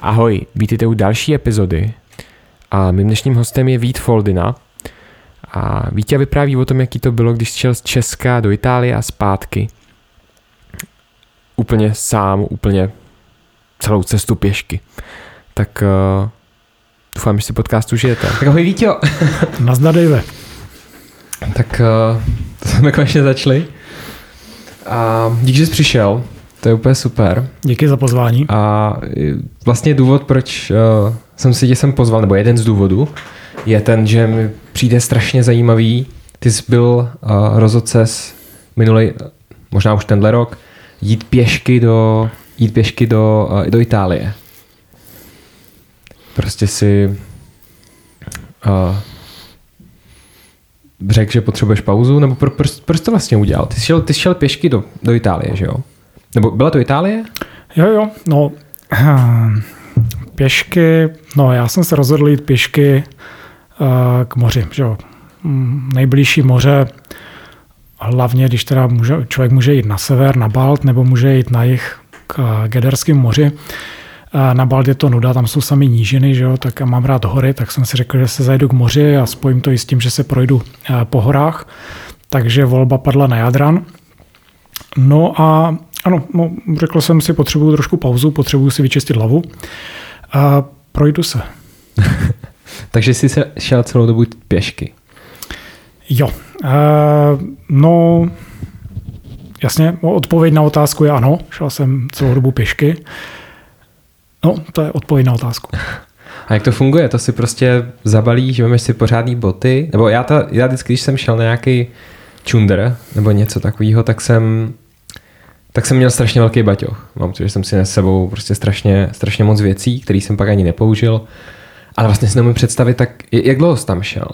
Ahoj, vítejte u další epizody a mým dnešním hostem je Vít Foldina. A Vítě vypráví o tom, jaký to bylo, když šel z Česka do Itálie a zpátky. Úplně sám, úplně celou cestu pěšky. Tak doufám, že si podcast užijete. Tak ahoj Víťo. Nazdar, Dave. Tak to jsme konečně začali. A díky, že jsi přišel. To je úplně super. Díky za pozvání. A vlastně důvod, proč jsem si tě sem pozval, nebo jeden z důvodů, je ten, že mi přijde strašně zajímavý. Ty jsi byl rozhodl ses minulý, možná už tenhle rok, jít pěšky do Itálie. Prostě si řekl, že potřebuješ pauzu, nebo proč to vlastně udělal? Ty jsi šel pěšky do Itálie, že jo? Nebo byla to Itálie? Jo, no pěšky, no já jsem se rozhodl jít pěšky k moři, že jo. Nejbližší moře, hlavně když teda člověk může jít na sever, na Balt, nebo může jít na jih k Gederskému moři. Na Balt je to nuda, tam jsou samé nížiny, že jo, tak já mám rád hory, tak jsem si řekl, že se zajdu k moři a spojím to i s tím, že se projdu po horách. Takže volba padla na Jadran. No a ano, řekl jsem si, potřebuju trošku pauzu, potřebuju si vyčistit hlavu a projdu se. Takže jsi se šel celou dobu pěšky? Jo, no jasně, odpověď na otázku je ano, šel jsem celou dobu pěšky. No, to je odpověď na otázku. A jak to funguje? To si prostě zabalíš, vemeš si pořádný boty? Nebo já vždycky, když jsem šel na nějaký čundr nebo něco takového, tak jsem měl strašně velký baťoch. Protože jsem si nesl sebou prostě strašně moc věcí, které jsem pak ani nepoužil. Ale vlastně si nemůžu představit, tak jak dlouho jsi tam šel?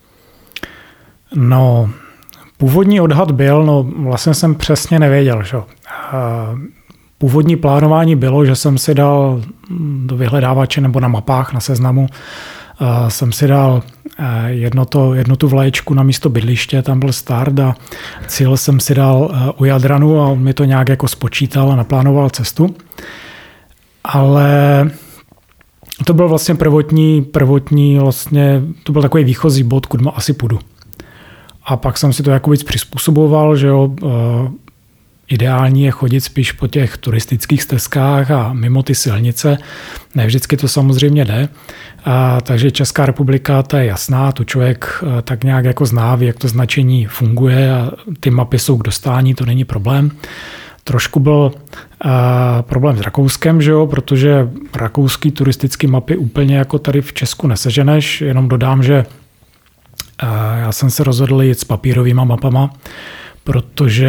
No, původní odhad byl, no vlastně jsem přesně nevěděl, že? Původní plánování bylo, že jsem si dal do vyhledávače nebo na mapách, na seznamu, jsem si dal jednu tu vlaječku na místo bydliště, tam byl start a cíl jsem si dal u Jadranu a on mi to nějak jako spočítal a naplánoval cestu. Ale to byl vlastně prvotní vlastně, to byl takový výchozí bod, kudy asi půjdu. A pak jsem si to jako víc přizpůsoboval, že jo, ideální je chodit spíš po těch turistických stezkách a mimo ty silnice. Ne vždycky to samozřejmě jde. Takže Česká republika, to je jasná, tu člověk tak nějak jako zná, ví, jak to značení funguje a ty mapy jsou k dostání, to není problém. Trošku byl problém s Rakouskem, že jo, protože rakouský turistický mapy úplně jako tady v Česku neseženeš, jenom dodám, že já jsem se rozhodl jít s papírovýma mapama, protože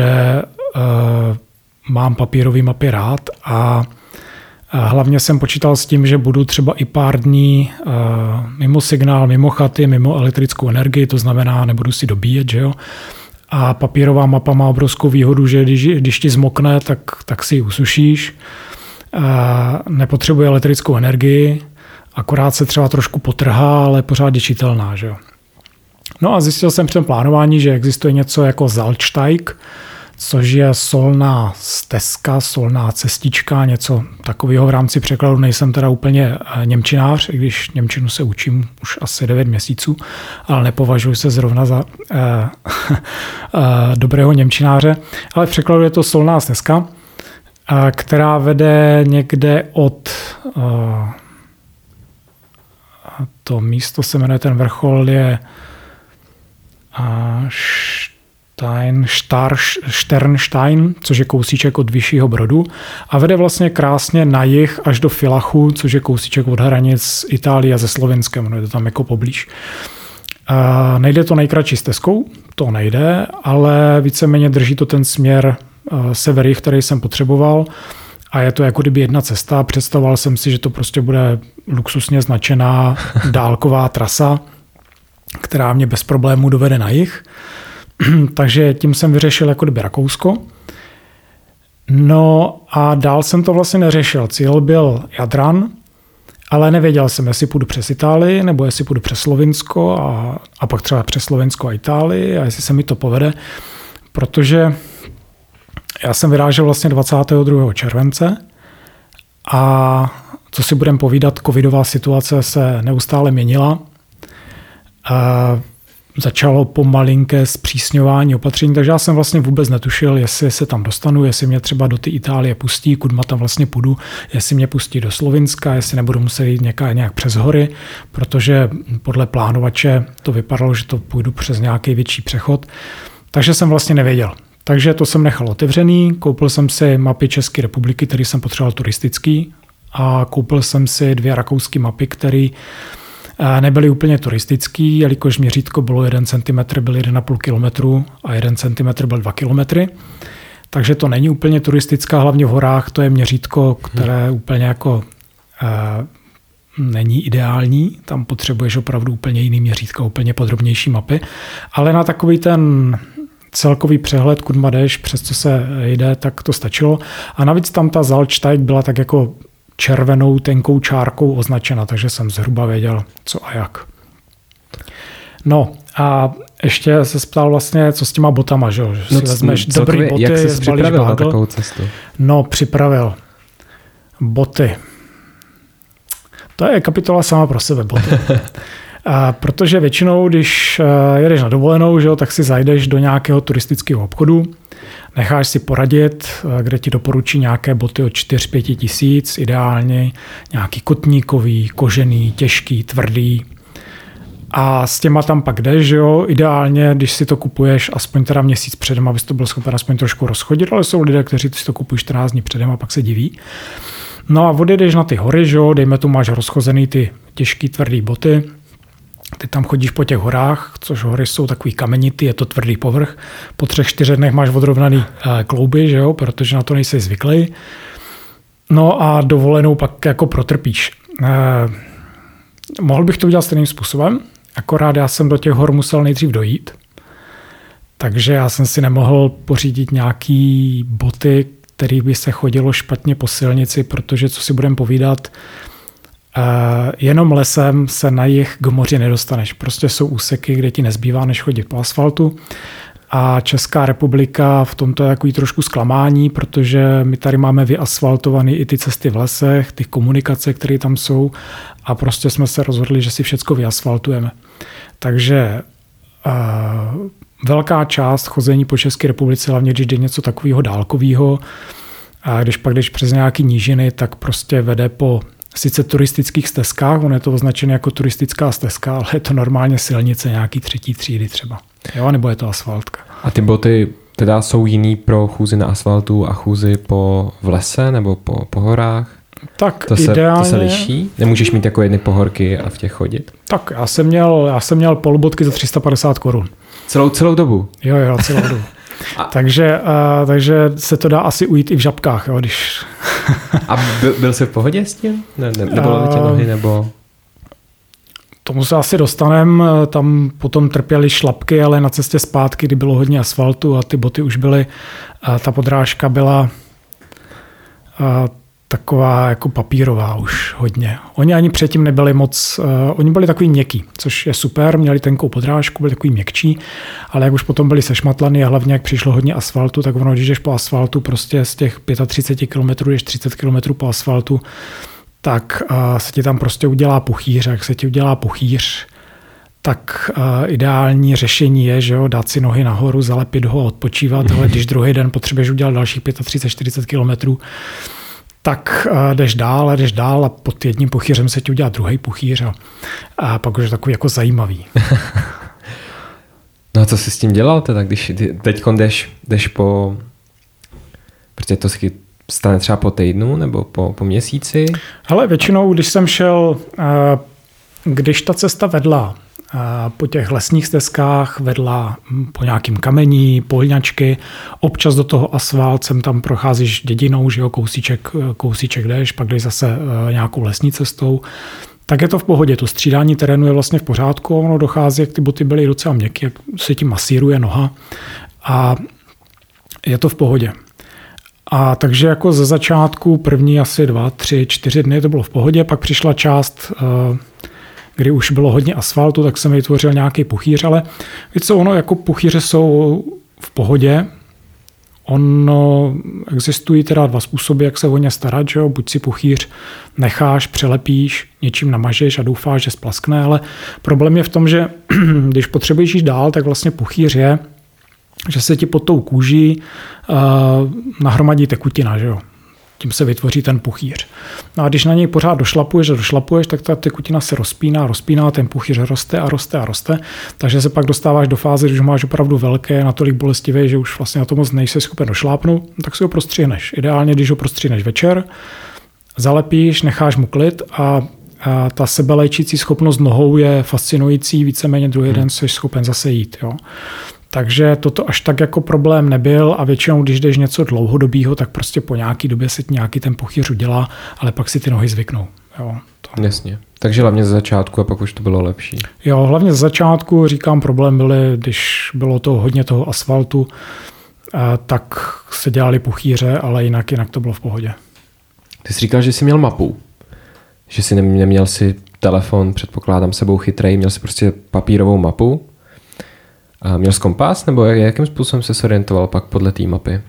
mám papírové mapy rád a hlavně jsem počítal s tím, že budu třeba i pár dní mimo signál, mimo chaty, mimo elektrickou energii, to znamená, nebudu si dobíjet, že jo. A papírová mapa má obrovskou výhodu, že když ti zmokne, tak si ji usušíš. Nepotřebuje elektrickou energii, akorát se třeba trošku potrhá, ale pořád je čitelná, že jo. No a zjistil jsem při tom plánování, že existuje něco jako Salzsteig, což je solná stezka, solná cestička, něco takového v rámci překladu. Nejsem teda úplně němčinář, i když němčinu se učím už asi 9 měsíců, ale nepovažuji se zrovna za dobrého němčináře. Ale v překladu je to solná stezka, která vede někde od to místo se jmenuje, ten vrchol je Sternstein, což je kousíček od Vyššího Brodu a vede vlastně krásně na jih až do Villachu, což je kousíček od hranic Itálie a se Slovenskem, no je to tam jako poblíž. Nejde to nejkratší stezkou, to nejde, ale víceméně drží to ten směr sever, který jsem potřeboval a je to jako kdyby jedna cesta. Představoval jsem si, že to prostě bude luxusně značená dálková trasa, která mě bez problémů dovede na jih. Takže tím jsem vyřešil jako kdyby Rakousko. No a dál jsem to vlastně neřešil. Cíl byl Jadran, ale nevěděl jsem, jestli půjdu přes Itálii, nebo jestli půjdu přes Slovinsko a pak třeba přes Slovinsko a Itálii a jestli se mi to povede. Protože já jsem vyrážel vlastně 22. července a co si budeme povídat, covidová situace se neustále měnila. Začalo pomalinké zpřísňování opatření, takže já jsem vlastně vůbec netušil, jestli se tam dostanu, jestli mě třeba do té Itálie pustí, kudma tam vlastně půjdu, jestli mě pustí do Slovinska, jestli nebudu muset jít nějak přes hory, protože podle plánovače to vypadalo, že to půjdu přes nějaký větší přechod, takže jsem vlastně nevěděl. Takže to jsem nechal otevřený, koupil jsem si mapy České republiky, které jsem potřeboval turistický, a koupil jsem si 2 rakouské mapy, které nebyly úplně turistický, jelikož měřítko bylo 1 cm, byl 1,5 km a 1 cm byl 2 km. Takže to není úplně turistická, hlavně v horách, to je měřítko, které úplně jako není ideální. Tam potřebuješ opravdu úplně jiný měřítko, úplně podrobnější mapy. Ale na takový ten celkový přehled, kudma jdeš, přes co se jde, tak to stačilo. A navíc tam ta Salzsteig byla tak jako červenou tenkou čárkou označena, takže jsem zhruba věděl, co a jak. No a ještě se ptal vlastně, co s těma botama, že si vezmeš dobrý boty, jak jsi připravil na takovou cestu? No, připravil. Boty. To je kapitola sama pro sebe, boty. Protože většinou, když jedeš na dovolenou, že jo, tak si zajdeš do nějakého turistického obchodu, necháš si poradit, kde ti doporučí nějaké boty od 4-5 tisíc, ideálně nějaký kotníkový, kožený, těžký, tvrdý. A s těma tam pak jdeš, jo, ideálně, když si to kupuješ aspoň teda měsíc předem, abys to byl schopen aspoň trošku rozchodit, ale jsou lidé, kteří si to kupují 14 dní předem a pak se diví. No a odjedeš na ty hory, že jo, dejme tu, máš rozchozený ty těžký, tvrdý boty. Ty tam chodíš po těch horách, což hory jsou takový kamenitý, je to tvrdý povrch. Po 3-4 dnech máš odrovnaný klouby, že jo, protože na to nejsi zvyklý. No a dovolenou pak jako protrpíš. Mohl bych to udělat stejným způsobem, akorát já jsem do těch hor musel nejdřív dojít, takže já jsem si nemohl pořídit nějaký boty, který by se chodilo špatně po silnici, protože co si budeme povídat, jenom lesem se na jih k moři nedostaneš. Prostě jsou úseky, kde ti nezbývá, než chodit po asfaltu. A Česká republika v tomto je takový trošku zklamání, protože my tady máme vyasfaltované i ty cesty v lesech, ty komunikace, které tam jsou, a prostě jsme se rozhodli, že si všecko vyasfaltujeme. Takže velká část chození po České republice, hlavně když jde něco takového dálkového, a když pak jdeš přes nějaký nížiny, tak prostě vede po sice turistických stezkách, on je to označené jako turistická stezka, ale je to normálně silnice nějaký 3. třídy třeba. Jo, nebo je to asfaltka. A ty boty teda jsou jiný pro chůzi na asfaltu a chůzi v lese nebo po horách? Tak to ideálně... To se liší? Nemůžeš mít jako jedny pohorky a v těch chodit? Tak já jsem měl polobotky za 350 korun. Celou dobu? Jo, celou dobu. Takže se to dá asi ujít i v žabkách, jo, když... A byl jsi v pohodě s tím? Nebolely tě nohy, nebo... Tomu se asi dostanem, tam potom trpěly šlapky, ale na cestě zpátky, kdy bylo hodně asfaltu a ty boty už byly, ta podrážka byla taková jako papírová už hodně. Oni ani předtím nebyli moc, oni byli takový měkký, což je super, měli tenkou podrážku, byli takový měkčí, ale jak už potom byli sešmatlaný a hlavně jak přišlo hodně asfaltu, tak ono, když jdeš po asfaltu, prostě z těch 35 km jdeš 30 km po asfaltu, tak se ti tam prostě udělá puchýř. A jak se ti udělá puchýř, tak ideální řešení je, že jo, dát si nohy nahoru, zalepit ho a odpočívat, ale když druhý den potřebuješ udělat dalších 35-40 kilometrů, tak jdeš dál a pod jedním puchýřem se ti udělá druhý puchýř a pak už je takový jako zajímavý. No a co jsi s tím dělal teda, když teď jdeš po... Protože to si stane třeba po týdnu nebo po měsíci? Hele, většinou, když jsem šel, když ta cesta vedla po těch lesních stezkách, vedla po nějakým kamení, polňačky, občas do toho asfalt, sem tam procházíš dědinou, že jo, kousíček jdeš, pak jdeš zase nějakou lesní cestou, tak je to v pohodě. To střídání terénu je vlastně v pořádku a ono dochází, jak ty boty byly docela měkké, jak se ti masíruje noha a je to v pohodě. A takže jako ze začátku první asi 2, 3, 4 dny to bylo v pohodě, pak přišla část, kdy už bylo hodně asfaltu, tak jsem vytvořil nějaký puchýř, ale víš co, ono jako puchýře jsou v pohodě, Existují teda dva způsoby, jak se o ně starat, že jo? Buď si puchýř necháš, přelepíš, něčím namažeš a doufáš, že splaskne, ale problém je v tom, že když potřebuješ jít dál, tak vlastně puchýř je, že se ti pod tou kůží nahromadí tekutina, že jo? Tím se vytvoří ten puchýř. No a když na něj pořád došlapuješ, tak ta tekutina se rozpíná, ten puchýř roste a roste, takže se pak dostáváš do fáze, když máš opravdu velké, natolik bolestivé, že už vlastně na to moc nejsi schopen došlápnout, tak si ho prostřihneš. Ideálně, když ho prostřihneš večer, zalepíš, necháš mu klid a ta sebeléčící schopnost nohou je fascinující, víceméně druhý den jsi schopen zase jít. Jo. Takže toto až tak jako problém nebyl a většinou, když jdeš něco dlouhodobého, tak prostě po nějaký době se nějaký ten puchýř udělá, ale pak si ty nohy zvyknou. Jo, to. Jasně. Takže hlavně ze začátku a pak už to bylo lepší. Jo, hlavně ze začátku, říkám, problém byly, když bylo to hodně toho asfaltu, tak se dělali puchýře, ale jinak to bylo v pohodě. Ty jsi říkal, že jsi měl mapu. Že jsi neměl si telefon, předpokládám, sebou chytrej, měl jsi prostě papírovou mapu. A měl jsi kompas, nebo jakým způsobem se orientoval pak podle té mapy?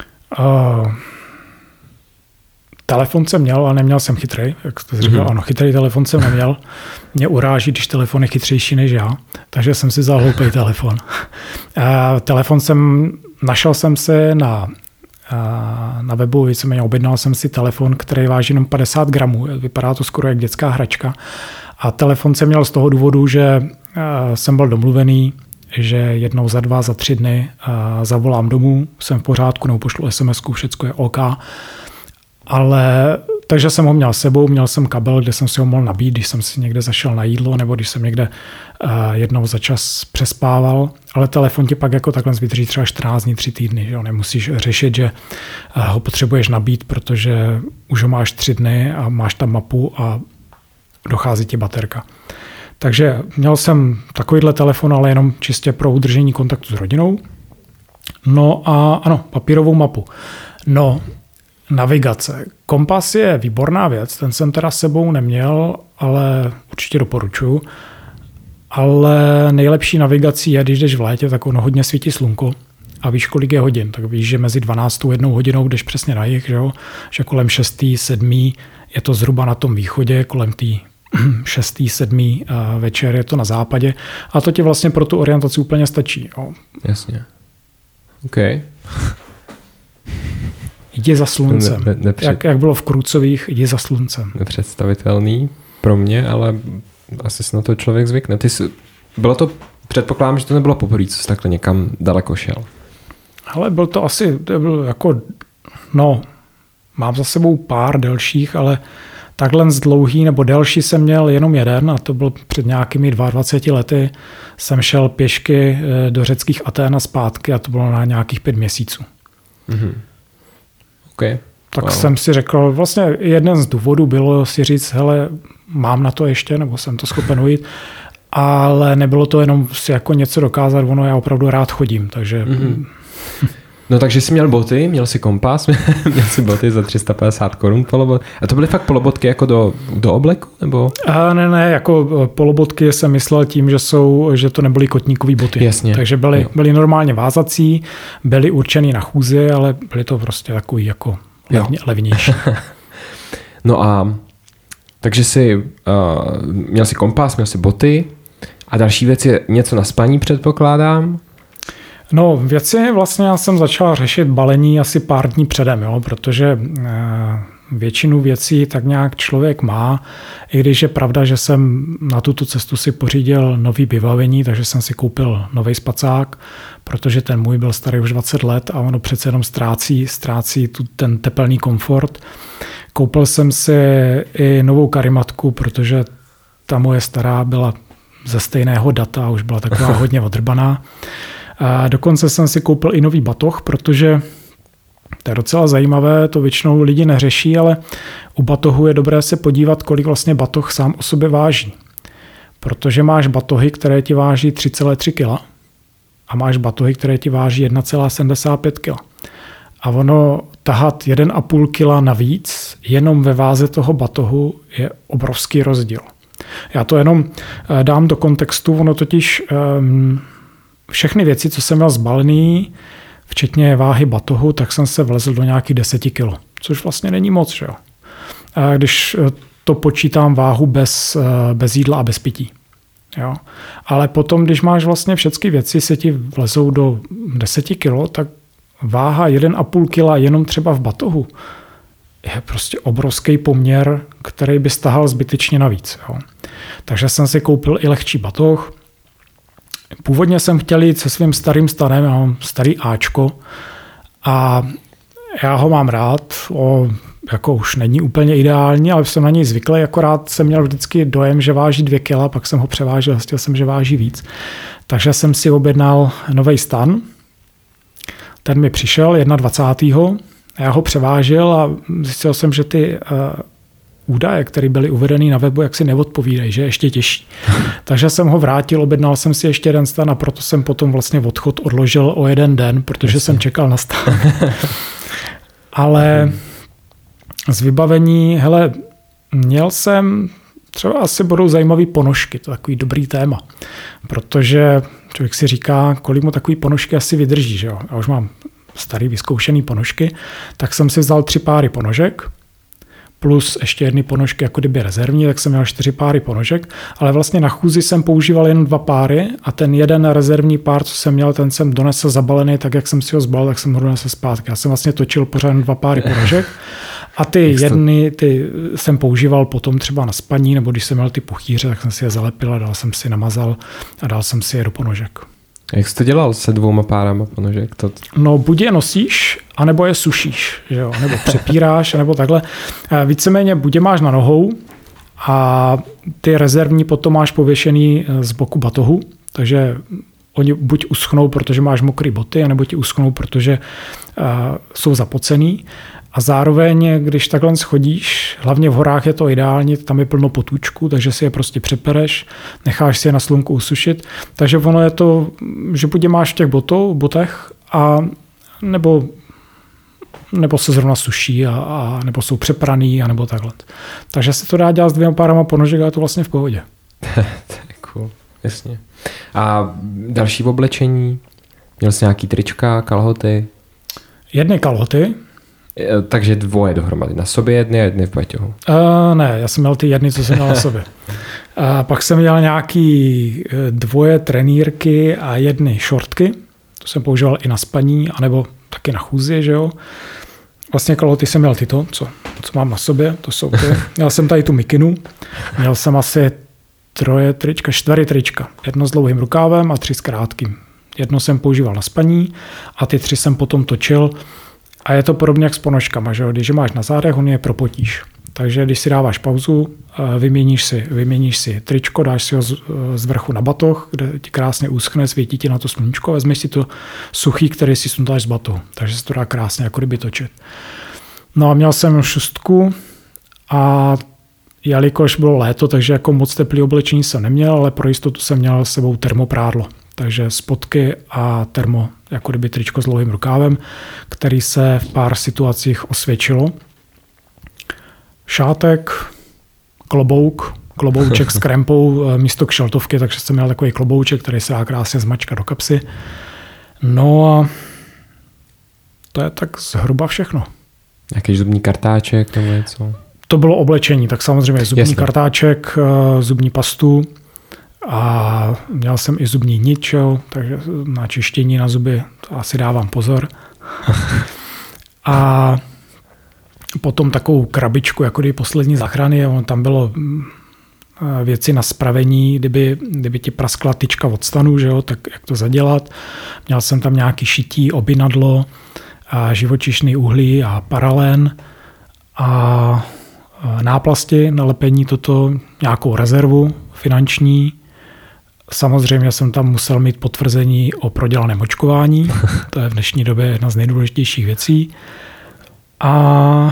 Telefon jsem měl, ale neměl jsem chytrej. Jak jste říkal, ano, chytrý telefon jsem neměl. Mě uráží, když telefon je chytřejší než já, takže jsem si vzal hloupý telefon. Telefon našel jsem se na webu, víceméně objednal jsem si telefon, který váží jenom 50 gramů. Vypadá to skoro jak dětská hračka. A telefon jsem měl z toho důvodu, že jsem byl domluvený, že jednou za 2, za 3 dny zavolám domů, jsem v pořádku, nebo pošlu SMS-ku, všecko je OK. Ale takže jsem ho měl s sebou, měl jsem kabel, kde jsem si ho mohl nabít, když jsem si někde zašel na jídlo, nebo když jsem někde jednou za čas přespával. Ale telefon ti pak jako takhle vydrží třeba 14 dní, 3 týdny. Že jo? Nemusíš řešit, že ho potřebuješ nabít, protože už ho máš 3 dny a máš tam mapu a dochází ti baterka. Takže měl jsem takovýhle telefon, ale jenom čistě pro udržení kontaktu s rodinou. No a ano, papírovou mapu. No, navigace. Kompas je výborná věc, ten jsem teda s sebou neměl, ale určitě doporučuji. Ale nejlepší navigací je, když jdeš v létě, tak ono hodně svítí slunko a víš, kolik je hodin. Tak víš, že mezi 12. a 1 hodinou jdeš přesně na jih, že kolem 6. 7. je to zhruba na tom východě, kolem té 6. 7. večer je to na západě a to ti vlastně pro tu orientaci úplně stačí. Jo. Jasně. OK. Jdi za sluncem. Jak bylo v Krucových, jdi za sluncem. Nepředstavitelný pro mě, ale asi se na to člověk zvykne. Předpokládám, že to nebylo poprvé, co jsi takhle někam daleko šel. Ale byl to jako, mám za sebou pár delších, ale takhle z dlouhý nebo delší jsem měl jenom jeden a to byl před nějakými 22 lety. Jsem šel pěšky do řeckých Atén a zpátky a to bylo na nějakých 5 měsíců. Mm-hmm. Okay. Tak jsem si řekl, vlastně jeden z důvodů bylo si říct, hele, mám na to ještě, nebo jsem to schopen ujít, ale nebylo to jenom si jako něco dokázat, já opravdu rád chodím, takže... Mm-hmm. No takže jsi měl boty, měl jsi kompas, měl jsi boty za 350 korun polobot. A to byly fakt polobotky jako do obleku? Nebo? Ne, jako polobotky jsem myslel tím, že to nebyly kotníkové boty. Jasně. Takže byly normálně vázací, byly určený na chůzi, ale byly to prostě takový jako levnější. No a takže měl jsi kompas, měl jsi boty a další věc je něco na spaní, předpokládám. No, věci vlastně já jsem začal řešit balení asi pár dní předem, protože většinu věcí tak nějak člověk má, i když je pravda, že jsem na tuto cestu si pořídil nový vybavení, takže jsem si koupil nový spacák, protože ten můj byl starý už 20 let a ono přece jenom ztrácí ten tepelný komfort. Koupil jsem si i novou karimatku, protože ta moje stará byla ze stejného data a už byla taková hodně odrbaná. A dokonce jsem si koupil i nový batoh, protože to je docela zajímavé, to většinou lidi neřeší, ale u batohu je dobré se podívat, kolik vlastně batoh sám o sobě váží. Protože máš batohy, které ti váží 3,3 kg a máš batohy, které ti váží 1,75 kg. A ono tahat 1,5 kg navíc jenom ve váze toho batohu je obrovský rozdíl. Já to jenom dám do kontextu, ono totiž... Všechny věci, co jsem měl zbalený, včetně váhy batohu, tak jsem se vlezl do nějakých 10 kilo, což vlastně není moc. Že jo? A když to počítám váhu bez jídla a bez pití. Jo? Ale potom, když máš vlastně všechny věci, se ti vlezou do 10 kilo, tak váha 1,5 kila jenom třeba v batohu je prostě obrovský poměr, který by stahal zbytečně navíc. Jo? Takže jsem si koupil i lehčí batoh. Původně jsem chtěl jít se svým starým stanem, já mám starý Ačko a já ho mám rád, jako už není úplně ideální, ale jsem na něj zvyklý, akorát jsem měl vždycky dojem, že váží 2 kila, pak jsem ho převážil, zjistil jsem, že váží víc. Takže jsem si objednal nový stan, ten mi přišel 21. Já ho převážil a zjistil jsem, že ty údaje, které byly uvedeny na webu, jak si neodpovídají, že je ještě těžší. Takže jsem ho vrátil, objednal jsem si ještě jeden stan a proto jsem potom vlastně odchod odložil o 1 den, protože jsem čekal na stan. Ale z vybavení, hele, měl jsem, třeba asi budou zajímavý ponožky, to je takový dobrý téma, protože člověk si říká, kolik mu takový ponožky asi vydrží, že jo? Já už mám starý vyzkoušený ponožky, tak jsem si vzal 3 páry ponožek, plus ještě jedny ponožky jako kdyby rezervní, tak jsem měl 4 páry ponožek, ale vlastně na chůzi jsem používal jen 2 páry a ten jeden rezervní pár, co jsem měl, ten jsem donesl zabalený, tak jak jsem si ho zbalil, tak jsem ho donesl zpátky. Já jsem vlastně točil pořád 2 páry ponožek a ty jedny jsem používal potom třeba na spaní, nebo když jsem měl ty puchýře, tak jsem si je zalepil a dal jsem si namazal a dal jsem si je do ponožek. Jak jsi to dělal se 2 párama ponožek? No buď je nosíš, anebo je sušíš, že jo? Nebo přepíráš, nebo takhle. Víceméně buď je máš na nohou a ty rezervní potom máš pověšený z boku batohu, takže oni buď uschnou, protože máš mokré boty, anebo ti uschnou, protože jsou zapocený. A zároveň, když takhle schodíš, hlavně v horách je to ideální, tam je plno potůčku, takže si je prostě přepereš, necháš si je na slunku usušit. Takže ono je to, že buď je máš v těch botech, a nebo se zrovna suší, a nebo jsou přepraný, a nebo takhle. Takže se to dá dělat s 2 párama ponožek a je to vlastně v pohodě. To je cool, jasně. A další oblečení? Měl jsi nějaký trička, kalhoty? Jedny kalhoty. Takže 2 dohromady. Na sobě jedny v baťohu? Ne, já jsem měl ty jedny, co jsem měl na sobě. Pak jsem měl nějaký 2 trenýrky a jedny šortky. To jsem používal i na spaní, anebo taky na chůzi, že jo. Vlastně kalhoty jsem měl tyto, co mám na sobě, to jsou ty. Měl jsem tady tu mikinu, měl jsem asi 4 trička. Jedno s dlouhým rukávem a 3 s krátkým. Jedno jsem používal na spaní a ty 3 jsem potom točil. A je to podobně jak s ponožkama, že jo? Když je máš na zádech, on je propotíš. Takže když si dáváš pauzu, vyměníš si tričko, dáš si ho z vrchu na batoh, kde ti krásně uschne, svítí ti na to sluníčko, vezmeš si to suchý, který si sundáš z batohu. Takže se to dá krásně jako kdyby točit. No a měl jsem šustku a jelikož bylo léto, takže jako moc teplý oblečení jsem neměl, ale pro jistotu jsem měl s sebou termoprádlo. Takže spodky a termo, jako kdyby tričko s dlouhým rukávem, který se v pár situacích osvědčilo. Šátek, klobouček s krempou místo kšeltovky, takže jsem měl takový klobouček, který se dá krásně zmačkat do kapsy. No a to je tak zhruba všechno. Jaký zubní kartáček nebo něco? To bylo oblečení, tak samozřejmě zubní kartáček, zubní pastu a měl jsem i zubní nit, takže na čištění na zuby to asi dávám pozor. A potom takovou krabičku, jako kdy poslední záchrany, tam bylo věci na spravení, kdyby ti praskla tyčka od stanu, že jo, tak jak to zadělat. Měl jsem tam nějaký šití, obinadlo, a živočišný uhlí a paralén a náplasti na lepení toto, nějakou rezervu finanční. Samozřejmě jsem tam musel mít potvrzení o prodělaném očkování. To je v dnešní době jedna z nejdůležitějších věcí. A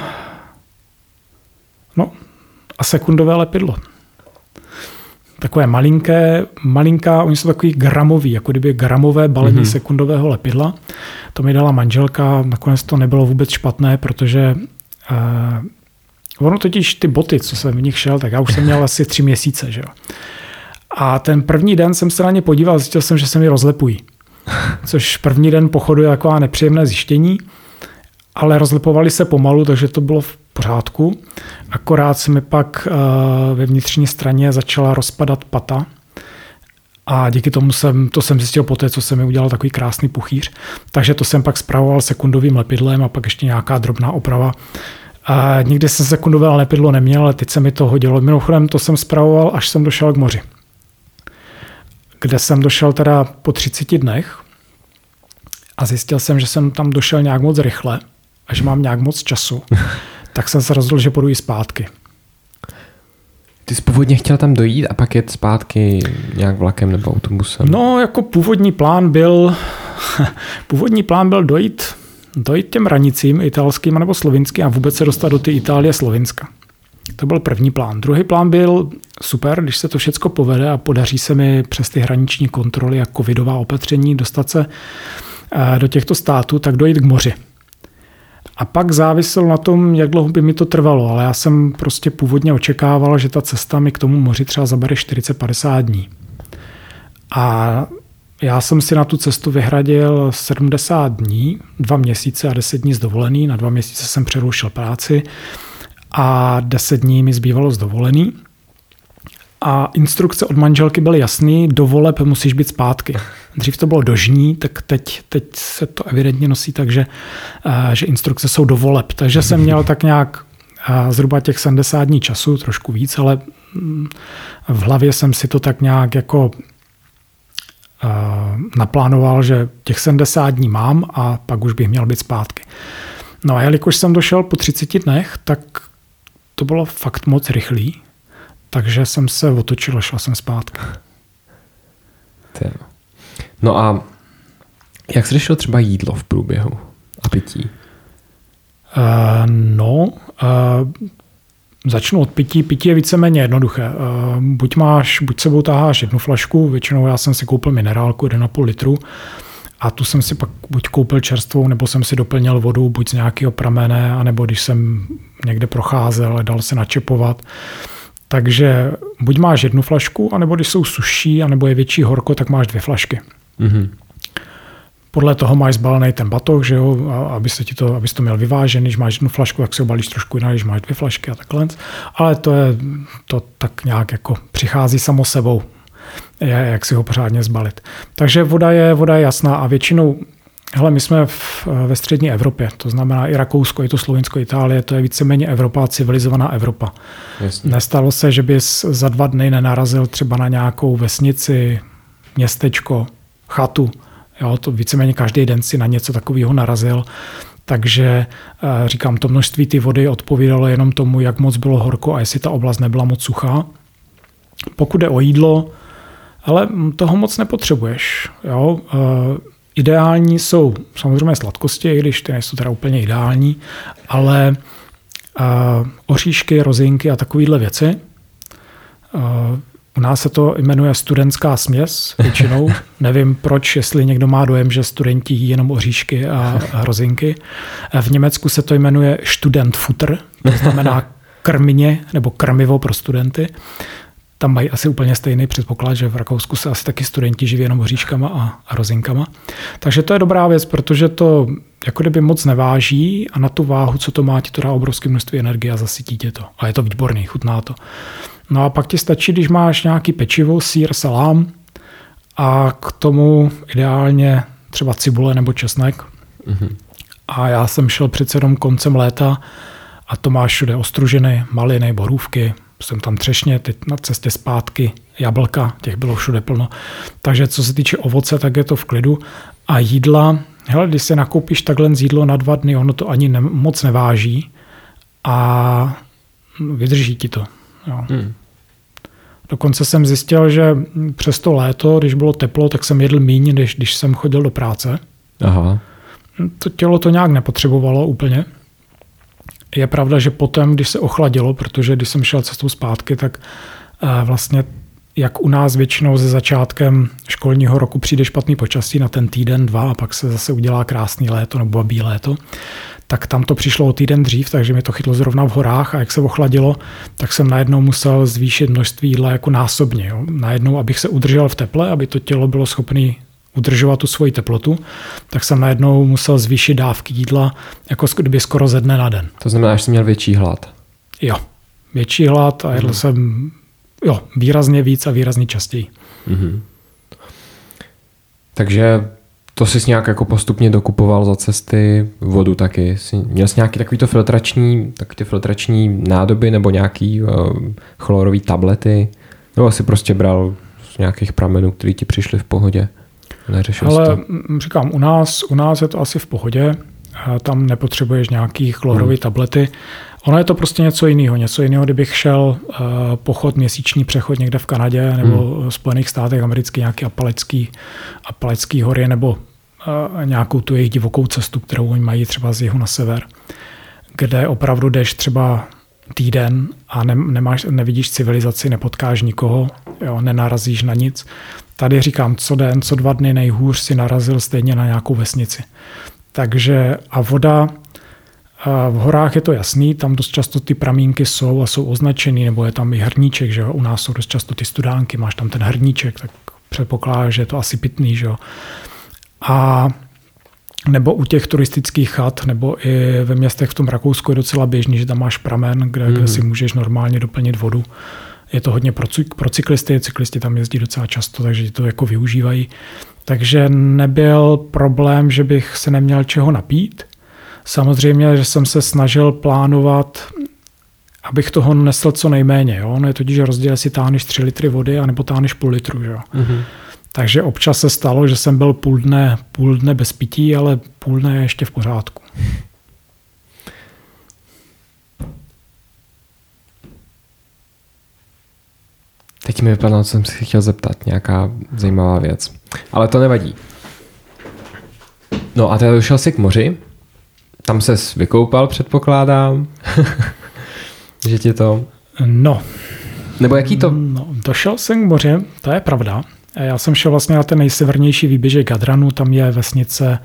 sekundové lepidlo. Takové malinká, oni jsou takový gramový, jako kdyby gramové balení sekundového lepidla. To mi dala manželka, nakonec to nebylo vůbec špatné, protože ono totiž ty boty, co jsem v nich šel, tak já už jsem měl asi 3 měsíce, že jo. A ten první den jsem se na ně podíval, zjistil jsem, že se mi rozlepují. což první den pochodu je taková nepříjemné zjištění, ale rozlipovali se pomalu, takže to bylo v pořádku. Akorát se mi pak ve vnitřní straně začala rozpadat pata a díky tomu jsem zjistil poté, co jsem mi udělal takový krásný puchýř. Takže to jsem pak spravoval sekundovým lepidlem a pak ještě nějaká drobná oprava. A nikdy jsem sekundové lepidlo neměl, ale teď se mi to hodilo. Mimochodem to jsem spravoval, až jsem došel k moři, kde jsem došel teda po 30 dnech a zjistil jsem, že jsem tam došel nějak moc rychle a že mám nějak moc času, tak jsem se rozhodl, že půjdu i zpátky. Ty jsi původně chtěl tam dojít a pak jet zpátky nějak vlakem nebo autobusem? No, jako původní plán byl dojít těm hranicím italským nebo slovinským a vůbec se dostat do ty Itálie Slovinska. To byl první plán. Druhý plán byl super, když se to všecko povede a podaří se mi přes ty hraniční kontroly a covidová opatření dostat se do těchto států, tak dojít k moři. A pak záviselo na tom, jak dlouho by mi to trvalo, ale já jsem prostě původně očekával, že ta cesta mi k tomu moři třeba zabere 40-50 dní. A já jsem si na tu cestu vyhradil 70 dní, 2 měsíce a 10 dní z dovolený. Na 2 měsíce jsem přerušil práci a 10 dní mi zbývalo z dovolený. A instrukce od manželky byly jasný, do voleb musíš být zpátky. Dřív to bylo do žní, tak teď se to evidentně nosí tak, že instrukce jsou do voleb. Takže jsem měl tak nějak zhruba těch 70 dní času, trošku víc, ale v hlavě jsem si to tak nějak jako naplánoval, že těch 70 dní mám a pak už bych měl být zpátky. No a jelikož jsem došel po 30 dnech, tak to bylo fakt moc rychlý. Takže jsem se otočil a šel jsem zpátky. No a jak jsi řešil třeba jídlo v průběhu a pití? Začnu od pití. Pití je víceméně jednoduché. Buď sebou taháš 1 flašku, většinou já jsem si koupil minerálku 1,5 litru a tu jsem si pak buď koupil čerstvou, nebo jsem si doplnil vodu buď z nějakého pramene, anebo když jsem někde procházel, dal se načepovat. Takže buď máš 1 flašku, anebo když jsou suší, anebo je větší horko, tak máš 2 flašky. Mm-hmm. Podle toho máš zbalený ten batoh, že jo, abys to měl vyvážený. Když máš 1 flašku, tak si obalíš trošku jinak, když máš 2 flašky a takhle. Ale to tak nějak jako přichází samo sebou, jak si ho pořádně zbalit. Takže voda je jasná a většinou, my jsme ve střední Evropě, to znamená i Rakousko, i to Slovinsko, Itálie, to je víceméně Evropa, civilizovaná Evropa. Jasně. Nestalo se, že bys za 2 dny nenarazil třeba na nějakou vesnici, městečko, chatu. Jo, to víceméně každý den si na něco takového narazil. Takže říkám, to množství ty vody odpovídalo jenom tomu, jak moc bylo horko a jestli ta oblast nebyla moc suchá. Pokud jde o jídlo, ale toho moc nepotřebuješ. Jo. Ideální jsou samozřejmě sladkosti, i když ty nejsou teda úplně ideální, ale oříšky, rozinky a takovéhle věci. U nás se to jmenuje studentská směs většinou. Nevím proč, jestli někdo má dojem, že studenti jí jenom oříšky a rozinky. V Německu se to jmenuje Studentfutter, to znamená krmině nebo krmivo pro studenty. Tam mají asi úplně stejný předpoklad, že v Rakousku se asi taky studenti živí jenom oříškama a rozinkama. Takže to je dobrá věc, protože to jako kdyby moc neváží a na tu váhu, co to má, ti to dá obrovské množství energie a zasytí tě to. A je to výborný, chutná to. No a pak ti stačí, když máš nějaký pečivo, sýr, salám a k tomu ideálně třeba cibule nebo česnek. Mm-hmm. A já jsem šel přece jenom koncem léta a to máš všude ostružiny, maliny, borůvky, jsem tam třešně, teď na cestě zpátky, jablka, těch bylo všude plno. Takže co se týče ovoce, tak je to v klidu. A jídla, když se nakoupíš takhle z jídlo na 2 dny, ono to ani moc neváží a vydrží ti to. Jo. Dokonce jsem zjistil, že přes to léto, když bylo teplo, tak jsem jedl míň, když jsem chodil do práce. Aha. To tělo to nějak nepotřebovalo úplně. Je pravda, že potom, když se ochladilo, protože když jsem šel cestou zpátky, tak vlastně jak u nás většinou se začátkem školního roku přijde špatný počasí na ten týden, 2 a pak se zase udělá krásný léto nebo babí léto, tak tam to přišlo o týden dřív, takže mi to chytlo zrovna v horách a jak se ochladilo, tak jsem najednou musel zvýšit množství jídla jako násobně. Jo. Najednou, abych se udržel v teple, aby to tělo bylo schopné udržovat tu svoji teplotu, tak jsem najednou musel zvýšit dávky jídla, jako kdyby skoro ze dne na den. To znamená, že jsi měl větší hlad. Jo, větší hlad a jedl jsem výrazně víc a výrazně častěji. Mm-hmm. Takže to jsi nějak jako postupně dokupoval za cesty, vodu taky. Měl jsi nějaký takový filtrační nádoby nebo nějaký chlorový tablety? Nebo jsi prostě bral z nějakých pramenů, které ti přišly v pohodě? Neřešil jsi to? Ale říkám, u nás je to asi v pohodě. Tam nepotřebuješ nějaký chlorový tablety. Ono je to prostě něco jiného, kdybych šel pochod, měsíční přechod někde v Kanadě nebo v Spojených státech amerických, nějaký Apalacký hory nebo nějakou tu jejich divokou cestu, kterou oni mají třeba z jihu na sever, kde opravdu jdeš třeba týden a nevidíš civilizaci, nepotkáš nikoho, nenarazíš na nic. Tady říkám, co den, co 2 dny nejhůř si narazil stejně na nějakou vesnici. Takže a voda, v horách je to jasný, tam dost často ty pramínky jsou a jsou označený, nebo je tam i hrníček, že jo? U nás jsou dost často ty studánky, máš tam ten hrníček, tak předpokládáš, že je to asi pitný, že jo? A nebo u těch turistických chat, nebo i ve městech v tom Rakousku je docela běžný, že tam máš pramen, kde si můžeš normálně doplnit vodu. Je to hodně pro cyklisty, cyklisti tam jezdí docela často, takže to jako využívají. Takže nebyl problém, že bych se neměl čeho napít. Samozřejmě, že jsem se snažil plánovat, abych toho nesl co nejméně. Jo? No je totiž rozdíl, jestli táhneš 3 litry vody, anebo táhneš půl litru. Jo? Mm-hmm. Takže občas se stalo, že jsem byl půl dne bez pití, ale půl dne je ještě v pořádku. Teď mi vypadalo, co jsem si chtěl zeptat, nějaká zajímavá věc. Ale to nevadí. No a teda došel jsi k moři, tam ses vykoupal, předpokládám, že ti to... No. Nebo jaký to... No, došel jsem k moři, to je pravda. Já jsem šel vlastně na ten nejsevernější výběžek Jadranu, tam je vesnice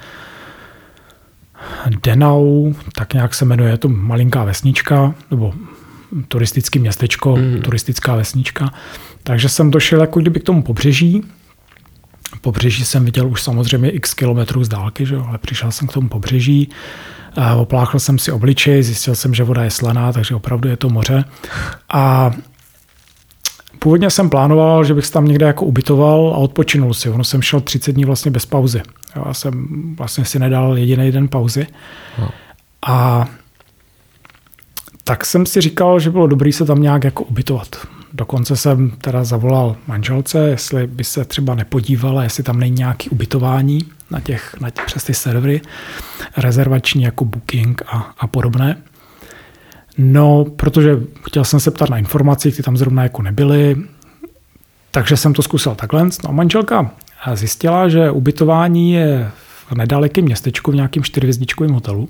Denau, tak nějak se jmenuje, je to malinká vesnička, nebo turistické městečko, turistická vesnička. Takže jsem došel jako kdyby k tomu pobřeží. Pobřeží jsem viděl už samozřejmě x kilometrů z dálky, že jo? Ale přišel jsem k tomu pobřeží, opláchl jsem si obličej, zjistil jsem, že voda je slaná, takže opravdu je to moře. A původně jsem plánoval, že bych se tam někde jako ubytoval a odpočinul si. Ono jsem šel 30 dní vlastně bez pauzy. Já jsem vlastně si nedal jediný den pauzy. A tak jsem si říkal, že bylo dobré se tam nějak jako ubytovat. Dokonce jsem teda zavolal manželce, jestli by se třeba nepodívala, jestli tam není nějaké ubytování přes ty servery, rezervační jako Booking a podobné. No, protože chtěl jsem se ptat na informaci, které tam zrovna jako nebyly, takže jsem to zkusil takhle. No a manželka zjistila, že ubytování je v nedalekém městečku v nějakém 4hvězdičkovém hotelu,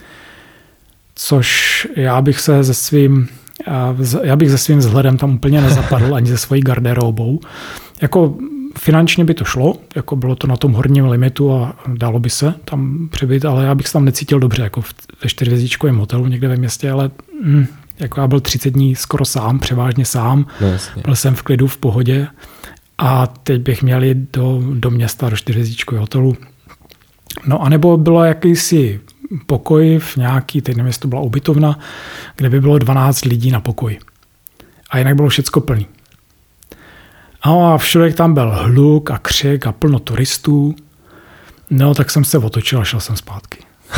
což já bych se se svým vzhledem tam úplně nezapadl, ani se svojí garderobou. Jako finančně by to šlo, jako bylo to na tom horním limitu a dalo by se tam přibyt, ale já bych se tam necítil dobře, jako ve 4hvězdičkovém hotelu někde ve městě, ale jako já byl 30 dní skoro sám, převážně sám. Vlastně. Byl jsem v klidu, v pohodě a teď bych měl jít do města, do 4hvězdičkového hotelu. No a nebo bylo jakýsi pokoj v nějaký, teď nevím, jestli to byla ubytovna, kde by bylo 12 lidí na pokoji. A jinak bylo všecko plný. A všude tam byl hluk a křik a plno turistů. No, tak jsem se otočil a šel jsem zpátky.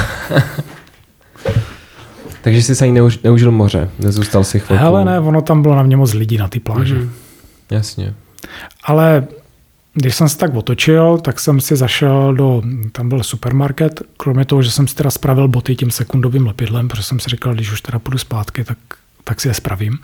Takže jsi se ani neužil moře, nezůstal si chvilku. Hele ne, ono tam bylo na mě moc lidí na ty pláži. Jasně. Ale když jsem se tak otočil, tak jsem si zašel tam byl supermarket, kromě toho, že jsem si teda spravil boty tím sekundovým lepidlem, protože jsem si říkal, když už teda půjdu zpátky, tak si je spravím.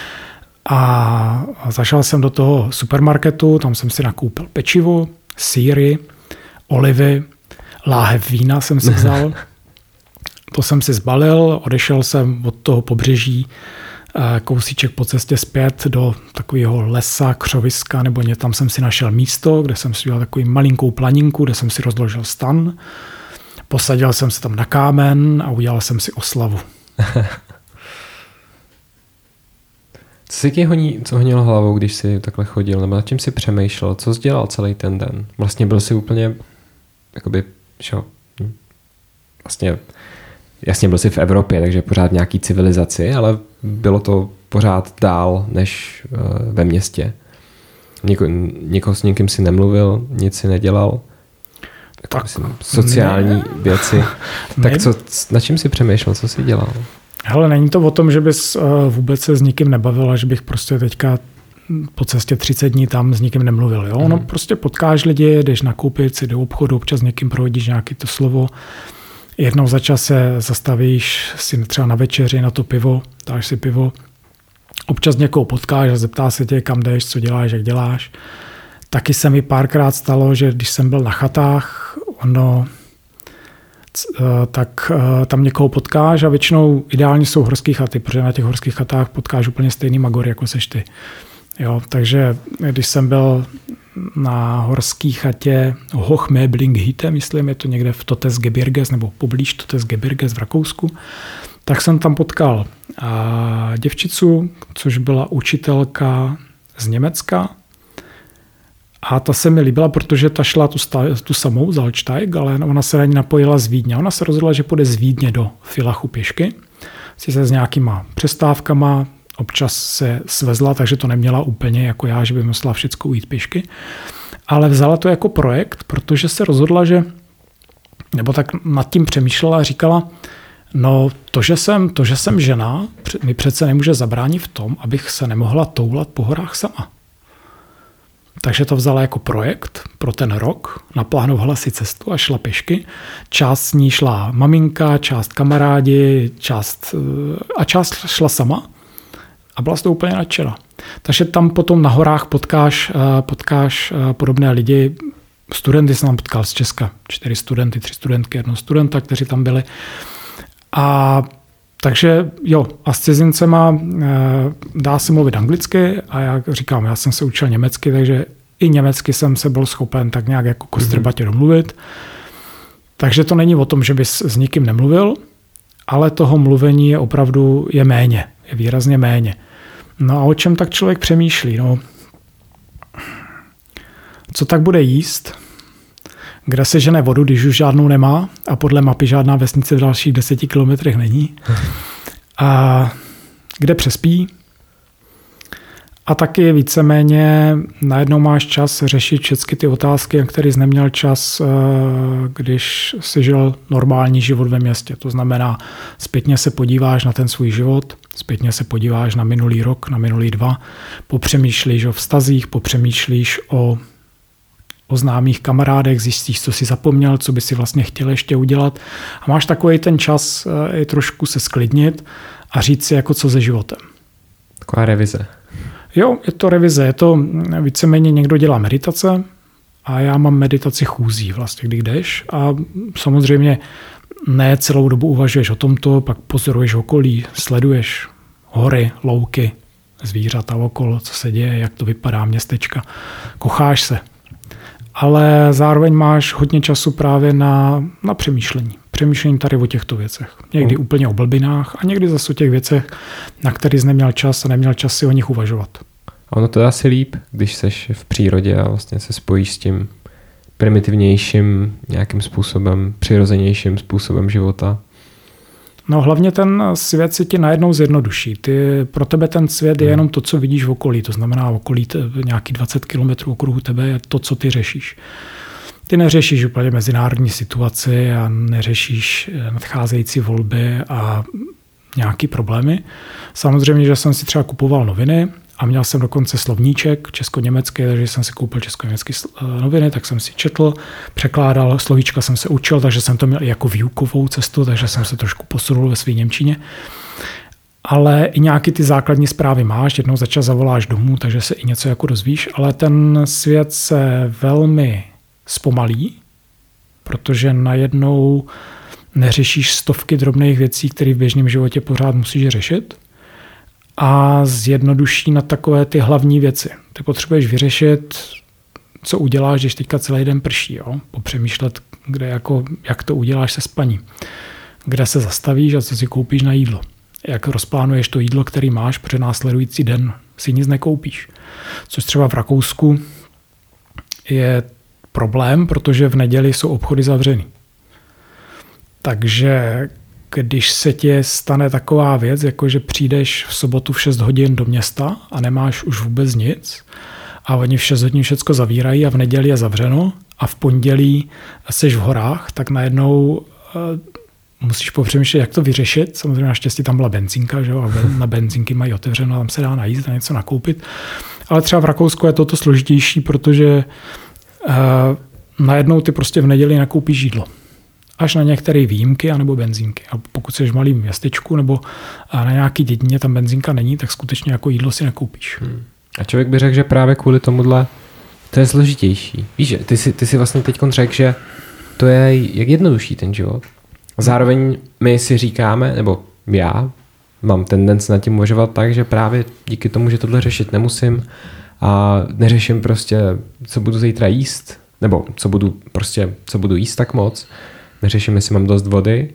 A zašel jsem do toho supermarketu, tam jsem si nakoupil pečivo, sýry, olivy, láhev vína jsem si vzal. To jsem si zbalil, odešel jsem od toho pobřeží kousíček po cestě zpět do takového lesa, křoviska, nebo tam jsem si našel místo, kde jsem si dělal takovou malinkou planinku, kde jsem si rozložil stan. Posadil jsem se tam na kámen a udělal jsem si oslavu. Co honilo hlavou, když jsi takhle chodil, nebo nad čím jsi přemýšlel, co jsi dělal celý ten den? Vlastně byl jsi úplně, jakoby, šo, vlastně, jasně byl jsi v Evropě, takže pořád v nějaký civilizaci, ale bylo to pořád dál, než ve městě. Nikoho s nikým si nemluvil, nic si nedělal. Tak, myslím, sociální věci. Tak nad čím jsi přemýšlel, co jsi dělal? Hele, není to o tom, že bys vůbec se s nikým nebavil a že bych prostě teďka po cestě 30 dní tam s nikým nemluvil. Jo? No prostě potkáš lidi, jdeš nakoupit si do obchodu, občas s někým prohodíš nějaké to slovo. Jednou za čas se zastavíš si třeba na večeři na to pivo, dáš si pivo. Občas někoho potkáš a zeptá se tě, kam jdeš, co děláš, jak děláš. Taky se mi párkrát stalo, že když jsem byl na chatách, tak tam někoho potkáš a většinou ideálně jsou horské chaty, protože na těch horských chatách potkáš úplně stejný magor, jako seš ty. Jo, takže když jsem byl na horské chatě Hochmeblinghütte, myslím, je to někde v Totesgebirges nebo poblíž Totesgebirges v Rakousku, tak jsem tam potkal děvčicu, což byla učitelka z Německa. A ta se mi líbila, protože ta šla tu samou Salzsteig, ale ona se na ní napojila z Vídně. Ona se rozhodla, že půjde z Vídně do Villachu pěšky. Sice s nějakýma přestávkama, občas se svezla, takže to neměla úplně jako já, že by musela všecko ujít pěšky. Ale vzala to jako projekt, protože se rozhodla, nebo tak nad tím přemýšlela a říkala, no to, že jsem žena, mi přece nemůže zabránit v tom, abych se nemohla toulat po horách sama. Takže to vzala jako projekt pro ten rok, naplánovala si cestu a šla pěšky. Část s ní šla maminka, část kamarádi, část šla sama a byla z toho úplně nadšená. Takže tam potom na horách potkáš podobné lidi. Studenty jsem tam potkal z Česka, 4 studenty, 3 studentky, 1 studenta, kteří tam byli. Takže jo, a s cizincema dá se mluvit anglicky a jak říkám, já jsem se učil německy, takže i německy jsem se byl schopen tak nějak jako kostrbatě domluvit. Takže to není o tom, že bys s nikým nemluvil, ale toho mluvení je opravdu méně, je výrazně méně. No a o čem tak člověk přemýšlí? No, co tak bude jíst? Kde se žene vodu, když už žádnou nemá a podle mapy žádná vesnice v dalších 10 kilometrech není. A kde přespí. A taky víceméně najednou máš čas řešit všechny ty otázky, na které jsi neměl čas, když jsi žil normální život ve městě. To znamená, zpětně se podíváš na ten svůj život, zpětně se podíváš na minulý rok, na minulý 2, popřemýšlíš o vztazích, popřemýšlíš o známých kamarádech, zjistíš, co si zapomněl, co by si vlastně chtěl ještě udělat a máš takový ten čas i trošku se sklidnit a říct si, jako co se životem. Taková revize. Jo, je to revize, je to víceméně někdo dělá meditace a já mám meditaci chůzí vlastně, kdy jdeš a samozřejmě ne celou dobu uvažuješ o tomto, pak pozoruješ okolí, sleduješ hory, louky, zvířata okolo, co se děje, jak to vypadá městečka, kocháš se. Ale zároveň máš hodně času právě na přemýšlení. Přemýšlení tady o těchto věcech. Někdy úplně o blbinách a někdy zase o těch věcech, na které jsi neměl čas a neměl čas si o nich uvažovat. A ono to je asi líp, když seš v přírodě a vlastně se spojíš s tím primitivnějším nějakým způsobem, přirozenějším způsobem života. No hlavně ten svět si ti najednou zjednoduší. Pro tebe ten svět je jenom to, co vidíš v okolí. To znamená, v okolí nějaký 20 kilometrů okruhu tebe je to, co ty řešíš. Ty neřešíš úplně mezinárodní situaci a neřešíš nadcházející volby a nějaký problémy. Samozřejmě, že jsem si třeba kupoval noviny a měl jsem dokonce slovníček česko-německý, takže jsem si koupil česko-německé noviny, tak jsem si četl, překládal, slovíčka jsem se učil, takže jsem to měl i jako výukovou cestu, takže jsem se trošku posunul ve své němčině. Ale i nějaký ty základní zprávy máš, jednou za čas zavoláš domů, takže se i něco jako dozvíš, ale ten svět se velmi zpomalí, protože najednou neřešíš stovky drobných věcí, které v běžném životě pořád musíš řešit a zjednoduší na takové ty hlavní věci. Ty potřebuješ vyřešit, co uděláš, když teďka celý den prší, jo? Popřemýšlet, jak to uděláš se spaním, kde se zastavíš a co si koupíš na jídlo. Jak rozplánuješ to jídlo, který máš, protože následující den si nic nekoupíš. Což třeba v Rakousku je problém, protože v neděli jsou obchody zavřený. Takže když se ti stane taková věc, jako že přijdeš v sobotu v 6 hodin do města a nemáš už vůbec nic a oni v 6 hodin všecko zavírají a v neděli je zavřeno a v pondělí seš v horách, tak najednou musíš popřemýšlet, jak to vyřešit. Samozřejmě naštěstí tam byla benzínka, že jo, a na benzínky mají otevřeno, tam se dá najíst a něco nakoupit. Ale třeba v Rakousku je toto složitější, protože najednou ty prostě v neděli nakoupíš jídlo. Až na některé výjimky anebo benzínky. A pokud jsi v malém městečku nebo na nějaký dědině tam benzínka není, tak skutečně jako jídlo si nekoupíš. A člověk by řekl, že právě kvůli tomuhle to je složitější. Víš, že ty si vlastně teď řekl, že to je jak jednodušší ten život. Zároveň my si říkáme, nebo já mám tendenci nad tím uvažovat tak, že právě díky tomu, že tohle řešit nemusím a neřeším prostě, co budu zítra jíst, nebo co budu jíst tak moc, neřeším, jestli mám dost vody,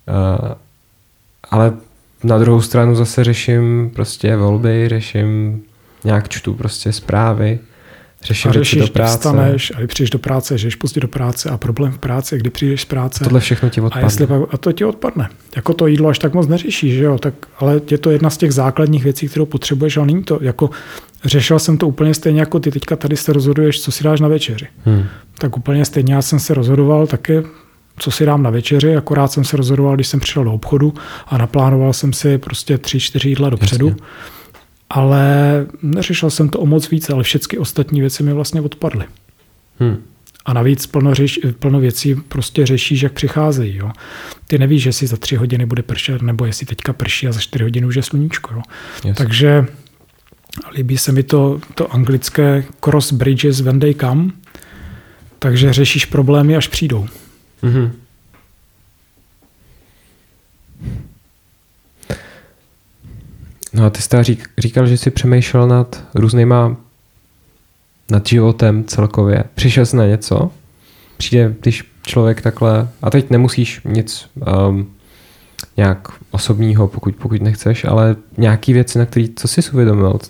ale na druhou stranu zase řeším prostě volby, řeším nějak čtu prostě zprávy, řeším věci do práce. Vstaneš a když přijdeš do práce, že jdeš pozdě do práce a problém v práci, kdy přijdeš z práce. Tohle všechno ti odpadne. A to ti odpadne. Jako to jídlo až tak moc neřešíš, že jo? Tak, ale je to jedna z těch základních věcí, kterou potřebuješ, ale není to jako řešil jsem to úplně stejně jako ty teďka tady se rozhoduješ, co si dáš na večeři. Tak úplně stejně já jsem se rozhodoval taky, co si dám na večeři, akorát jsem se rozhodoval, když jsem přišel do obchodu a naplánoval jsem si prostě 3-4 jídla dopředu. Jasně. Ale neřešil jsem to o moc víc, ale všechny ostatní věci mi vlastně odpadly. A navíc plno věcí prostě řešíš, jak přicházejí. Jo. Ty nevíš, že si za 3 hodiny bude pršet, nebo jestli teďka prší a za 4 hodiny už je sluníčko. Jo. Takže líbí se mi to anglické cross bridges when they come, takže řešíš problémy, až přijdou. No a ty jsi říkal, že jsi přemýšlel nad životem celkově. Přišel jsi na něco? Přijde, když člověk takhle, a teď nemusíš nic nějak osobního, pokud nechceš, ale nějaký věci, na který, co jsi uvědomil?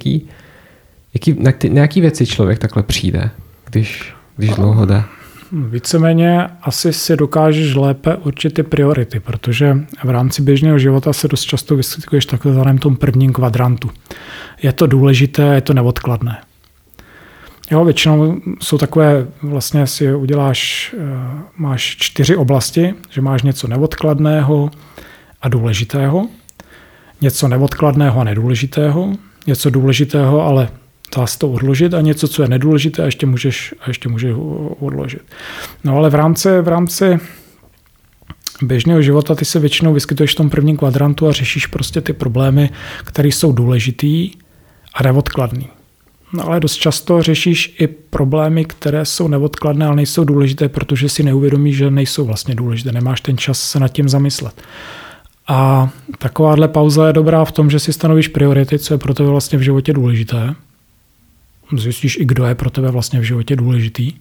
Na jaký věci člověk takhle přijde, když dlouho jde? Víceméně asi si dokážeš lépe určit ty priority, protože v rámci běžného života se dost často vyskytuješ takhle v tom prvním kvadrantu. Je to důležité, je to neodkladné. Jo, většinou jsou takové, vlastně si uděláš, máš 4 oblasti, že máš něco neodkladného a důležitého, něco neodkladného a nedůležitého, něco důležitého, ale dá se to odložit a něco, co je nedůležité a ještě můžeš odložit. No ale v rámci běžného života ty se většinou vyskytuješ v tom prvním kvadrantu a řešíš prostě ty problémy, které jsou důležitý a neodkladný. No ale dost často řešíš i problémy, které jsou neodkladné, ale nejsou důležité, protože si neuvědomíš, že nejsou vlastně důležité. Nemáš ten čas se nad tím zamyslet. A takováhle pauza je dobrá v tom, že si stanovíš priority, co je pro tebe vlastně v životě důležité. Zjistíš i, kdo je pro tebe vlastně v životě důležitý.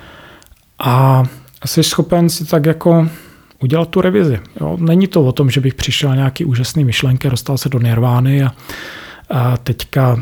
A jsi schopen si tak jako udělat tu revizi. Jo? Není to o tom, že bych přišel na nějaký úžasný myšlenky, dostal se do nirvány a teďka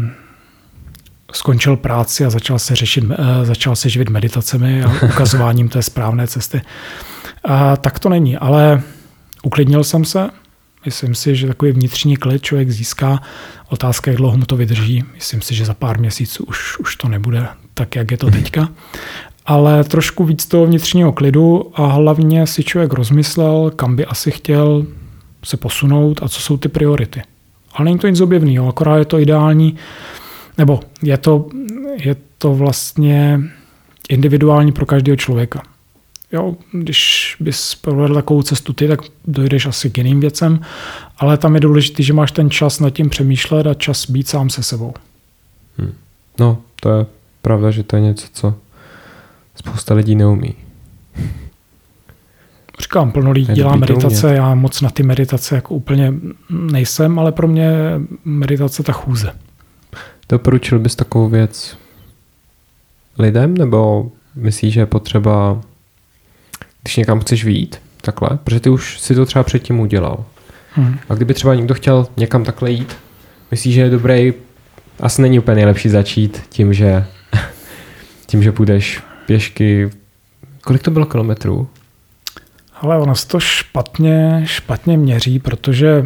skončil práci a začal se živit meditacemi a ukazováním té správné cesty. Tak to není, ale uklidnil jsem se. Myslím si, že takový vnitřní klid člověk získá. Otázka, jak dlouho mu to vydrží. Myslím si, že za pár měsíců už to nebude tak, jak je to teďka. Ale trošku víc toho vnitřního klidu a hlavně si člověk rozmyslel, kam by asi chtěl se posunout a co jsou ty priority. Ale není to nic objevného, akorát je to ideální, nebo je to vlastně individuální pro každého člověka. Jo, když bys provedl takovou cestu ty, tak dojdeš asi k jiným věcem, ale tam je důležité, že máš ten čas nad tím přemýšlet a čas být sám se sebou. No, to je pravda, že to je něco, co spousta lidí neumí. Říkám, plno lidí dělá meditace, já moc na ty meditace jako úplně nejsem, ale pro mě meditace ta chůze. Doporučil bys takovou věc lidem, nebo myslíš, že je potřeba, když někam chceš vyjít, takhle, protože ty už si to třeba předtím udělal. A kdyby třeba někdo chtěl někam takhle jít, myslíš, že je dobrý asi není úplně nejlepší začít tím, že půjdeš pěšky. Kolik to bylo kilometrů? Ale ono se to špatně měří, protože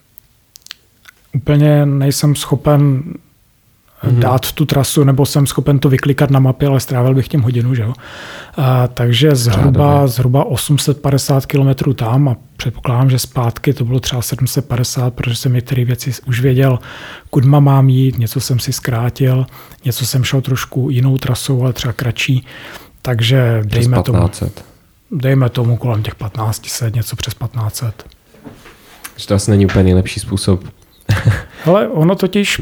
úplně nejsem schopen dát tu trasu, nebo jsem schopen to vyklikat na mapě, ale strávil bych tím hodinu, že jo. Takže zhruba 850 km tam a předpokládám, že zpátky to bylo třeba 750, protože jsem některé věci už věděl, kudma mám jít, něco jsem si zkrátil, něco jsem šel trošku jinou trasou, ale třeba kratší, takže dejme tomu kolem těch 1500, něco přes 1500. Že to asi není úplně nejlepší způsob. Ale ono totiž,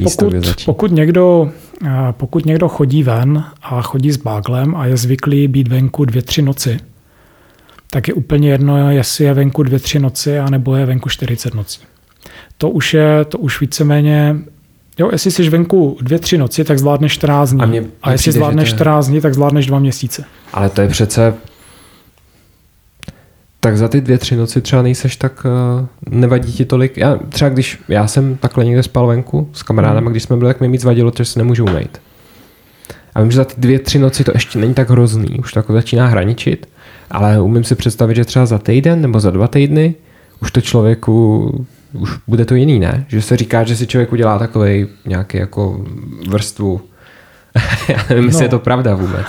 pokud někdo chodí ven a chodí s báglem a je zvyklý být venku 2-3 noci, tak je úplně jedno, jestli je venku 2-3 noci, anebo je venku 40 nocí. To už víceméně, jo, jestli jsi venku 2-3 noci, tak zvládneš 14 dní. A jestli zvládneš 14 dní, tak zvládneš 2 měsíce. Ale to je přece... Tak za ty 2-3 noci třeba nejseš tak, nevadí ti tolik. Když já jsem takhle někde spal venku s kamarádem, když jsme byli, tak mi víc vadilo, že se nemůžu umýt. A vím, že za ty 2-3 noci to ještě není tak hrozný, už to jako začíná hraničit, ale umím si představit, že třeba za týden nebo za 2 týdny už to člověku, už bude to jiný, ne? Že se říká, že si člověk udělá takovej nějaký jako vrstvu. Já nevím, jestli je to pravda vůbec.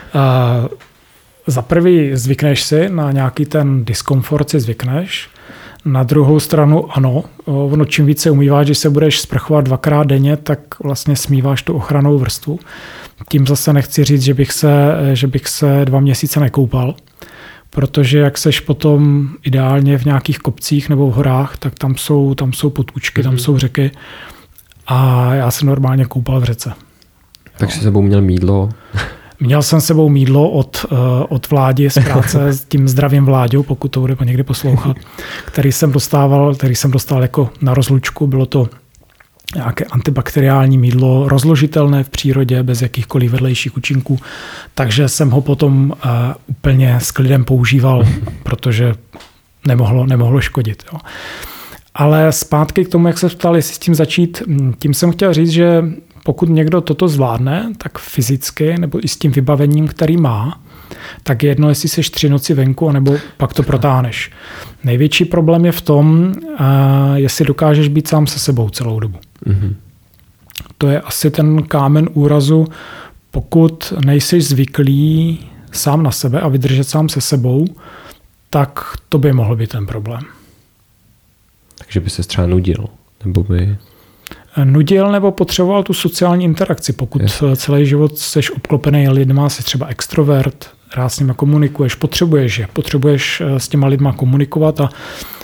Za prvý zvykneš si, na nějaký ten diskomfort si zvykneš. Na druhou stranu ano, ono čím více umýváš, když se budeš sprchovat 2krát denně, tak vlastně smíváš tu ochrannou vrstvu. Tím zase nechci říct, že bych se 2 měsíce nekoupal, protože jak seš potom ideálně v nějakých kopcích nebo v horách, tak tam jsou potůčky, tam jsou řeky a já se normálně koupal v řece. Takže jsi sebou měl mýdlo? Měl jsem sebou mýdlo od Vládi z práce, s tím zdravým Vláďou, pokud to bude někdy poslouchat, který jsem dostal jako na rozlučku. Bylo to nějaké antibakteriální mýdlo, rozložitelné v přírodě, bez jakýchkoliv vedlejších účinků. Takže jsem ho potom úplně s klidem používal, protože nemohlo škodit. Jo. Ale zpátky k tomu, jak se ptal, jestli s tím začít, tím jsem chtěl říct, že pokud někdo toto zvládne, tak fyzicky nebo i s tím vybavením, který má, tak je jedno, jestli seš 3 noci venku, anebo pak to protáhneš. Největší problém je v tom, jestli dokážeš být sám se sebou celou dobu. Mm-hmm. To je asi ten kámen úrazu, pokud nejseš zvyklý sám na sebe a vydržet sám se sebou, tak to by mohl být ten problém. Takže by se třeba nudil, nebo by... Nudil nebo potřeboval tu sociální interakci. Pokud celý život seš obklopený lidma, jsi třeba extrovert, rád s nimi komunikuješ, potřebuješ s těma lidma komunikovat a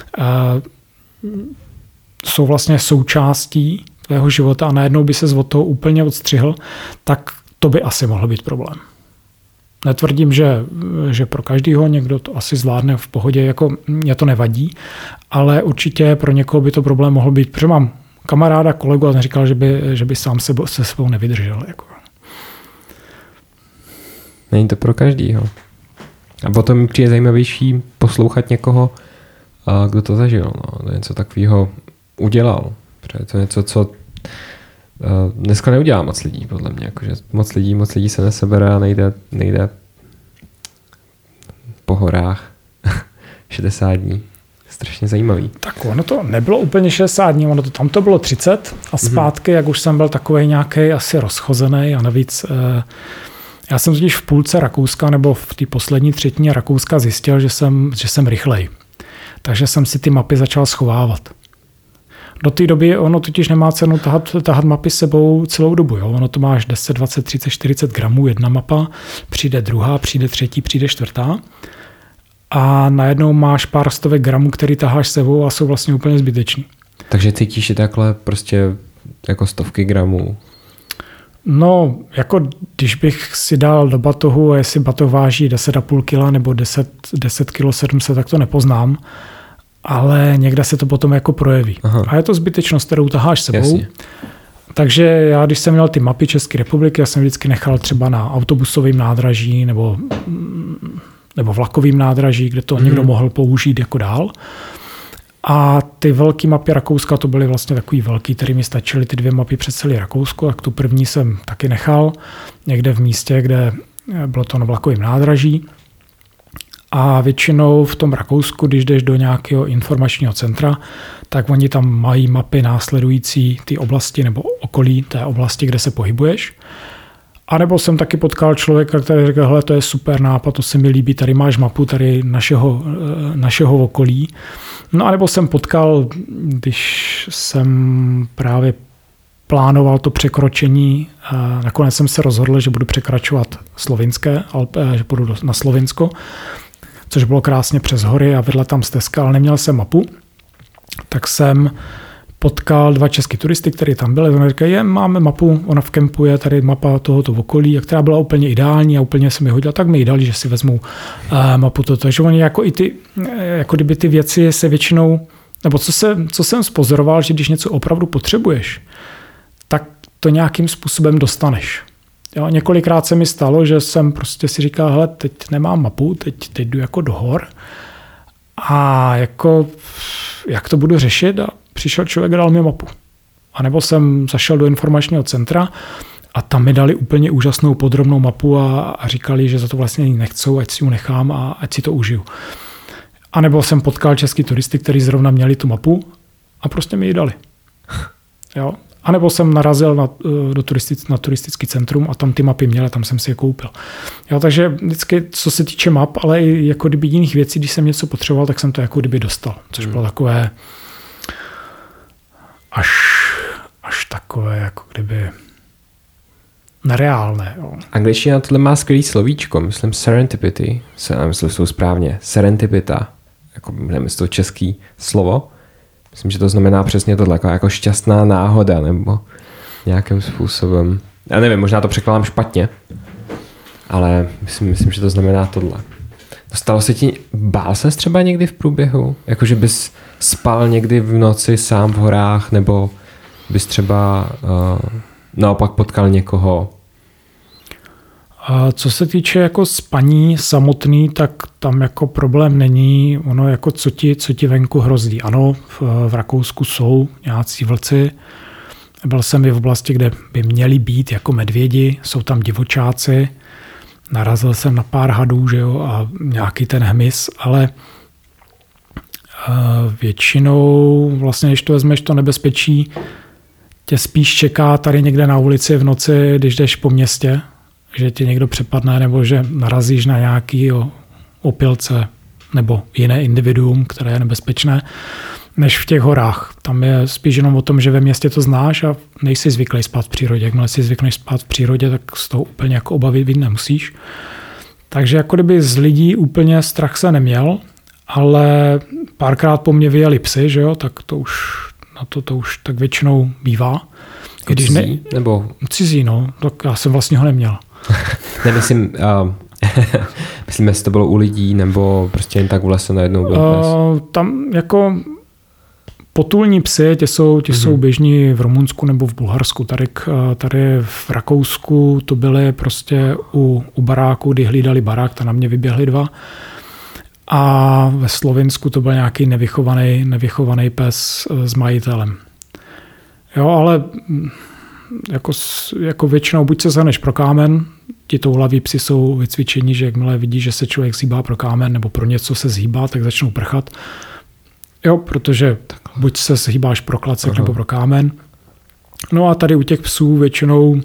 jsou vlastně součástí tvého života a najednou by ses od toho úplně odstřihl, tak to by asi mohl být problém. Netvrdím, že pro každýho někdo to asi zvládne v pohodě, jako mě to nevadí, ale určitě pro někoho by to problém mohl být, protože mám kamaráda, kolegu a on říkal, že by sám se sebou nevydržel. Jako. Není to pro každýho. A potom mi přijde zajímavější poslouchat někoho, kdo to zažil. No. To něco takového udělal. Protože to je něco, co dneska neudělá moc lidí, podle mě. Jakože moc lidí se nesebere a nejde po horách 60 dní. Strašně zajímavý. Tak ono to nebylo úplně 60 dní, tam to bylo 30 a zpátky, jak už jsem byl takovej nějaký asi rozchozený a navíc já jsem totiž v půlce Rakouska nebo v té poslední třetině Rakouska zjistil, že jsem rychlej. Takže jsem si ty mapy začal schovávat. Do té doby ono totiž nemá cenu tahat mapy s sebou celou dobu. Jo? Ono to máš 10, 20, 30, 40 gramů, jedna mapa, přijde druhá, přijde třetí, přijde čtvrtá. A najednou máš pár stovek gramů, který taháš sebou a jsou vlastně úplně zbyteční. Takže cítíš je takhle prostě jako stovky gramů? No, jako když bych si dal do batohu, jestli batoh váží 10,5 kg nebo 10 kg 700, tak to nepoznám. Ale někde se to potom jako projeví. Aha. A je to zbytečnost, kterou taháš sebou. Jasně. Takže já, když jsem měl ty mapy České republiky, já jsem vždycky nechal třeba na autobusovém nádraží nebo vlakovým nádraží, kde to někdo mohl použít jako dál. A ty velké mapy Rakouska, to byly vlastně takový velký, který mi stačily ty 2 mapy přes celý Rakousko, tak tu první jsem taky nechal někde v místě, kde bylo to na vlakovém nádraží. A většinou v tom Rakousku, když jdeš do nějakého informačního centra, tak oni tam mají mapy následující ty oblasti nebo okolí té oblasti, kde se pohybuješ. A nebo jsem taky potkal člověka, který řekl, hele, to je super nápad, to se mi líbí, tady máš mapu tady našeho okolí. No a nebo jsem potkal, když jsem právě plánoval to překročení, nakonec jsem se rozhodl, že budu překračovat slovinské Alpy, že půjdu na Slovinsko, což bylo krásně přes hory a vedla tam stezka, ale neměl jsem mapu, tak jsem potkal 2 český turisty, kteří tam byli. Oni říkají, máme mapu, ona v kempu je tady mapa tohoto okolí, a která byla úplně ideální a úplně se mi hodila, tak mi ji dali, že si vezmu mapu toto. Takže oni jako kdyby ty věci se většinou, nebo co jsem spozoroval, že když něco opravdu potřebuješ, tak to nějakým způsobem dostaneš. Jo, několikrát se mi stalo, že jsem prostě si říkal, hele, teď nemám mapu, teď jdu jako do hor a jako jak to budu řešit, a přišel člověk a dal mi mapu. A nebo jsem zašel do informačního centra a tam mi dali úplně úžasnou podrobnou mapu a říkali, že za to vlastně nechcou, ať si ji nechám a ať si to užiju. A nebo jsem potkal český turisty, kteří zrovna měli tu mapu a prostě mi ji dali. Jo. A nebo jsem narazil na turistický centrum a tam ty mapy měl a tam jsem si je koupil. Jo, takže vždycky, co se týče map, ale i jako kdyby jiných věcí, když jsem něco potřeboval, tak jsem to jako kdyby dostal. Což bylo takové až takové jako kdyby nereálné. Jo. Angličtina tohle má skvělý slovíčko, myslím serendipity, myslím, že jsou správně, serendipita, jako nevím, to český slovo. Myslím, že to znamená přesně tohle, jako šťastná náhoda, nebo nějakým způsobem. Já nevím, možná to překládám špatně, ale myslím, že to znamená tohle. Stalo se ti, bál ses třeba někdy v průběhu? Jakože bys spal někdy v noci sám v horách, nebo bys třeba naopak potkal někoho? A co se týče jako spaní samotný, tak tam jako problém není. Ono jako co ti venku hrozí. Ano, v Rakousku jsou nějací vlci. Byl jsem i v oblasti, kde by měli být jako medvědi. Jsou tam divočáci. Narazil jsem na pár hadů, že jo, a nějaký ten hmyz, ale většinou vlastně, když to vezmeš to nebezpečí, tě spíš čeká tady někde na ulici v noci, když jdeš po městě, že tě někdo přepadne nebo že narazíš na nějaký opilce nebo jiné individuum, které je nebezpečné, než v těch horách. Tam je spíš jenom o tom, že ve městě to znáš a nejsi zvyklý spát v přírodě. Jakmile si zvykneš spát v přírodě, tak z toho úplně jako obavy být nemusíš. Takže jako kdyby z lidí úplně strach se neměl, ale párkrát po mně vyjeli psy, že jo, tak to už to už tak většinou bývá. Když cizí? Nebo? Cizí, no. Tak já jsem vlastně ho neměl. Nemyslím, myslím, jestli to bylo u lidí, nebo prostě jen tak v lese najednou byl pes. Tam jako potulní psy, ti jsou běžní v Rumunsku nebo v Bulharsku. Tady v Rakousku to byly prostě u baráku, kdy hlídali barák, tam na mě vyběhli 2. A ve Slovinsku to byl nějaký nevychovaný pes s majitelem. Jo, ale jako většinou buď se zahneš pro kámen, ti touhlaví psi jsou vycvičení, že jakmile vidí, že se člověk zhýbá pro kámen nebo pro něco se zhýbá, tak začnou prchat. Jo, protože buď se zhýbáš pro klacek nebo pro kámen. No a tady u těch psů většinou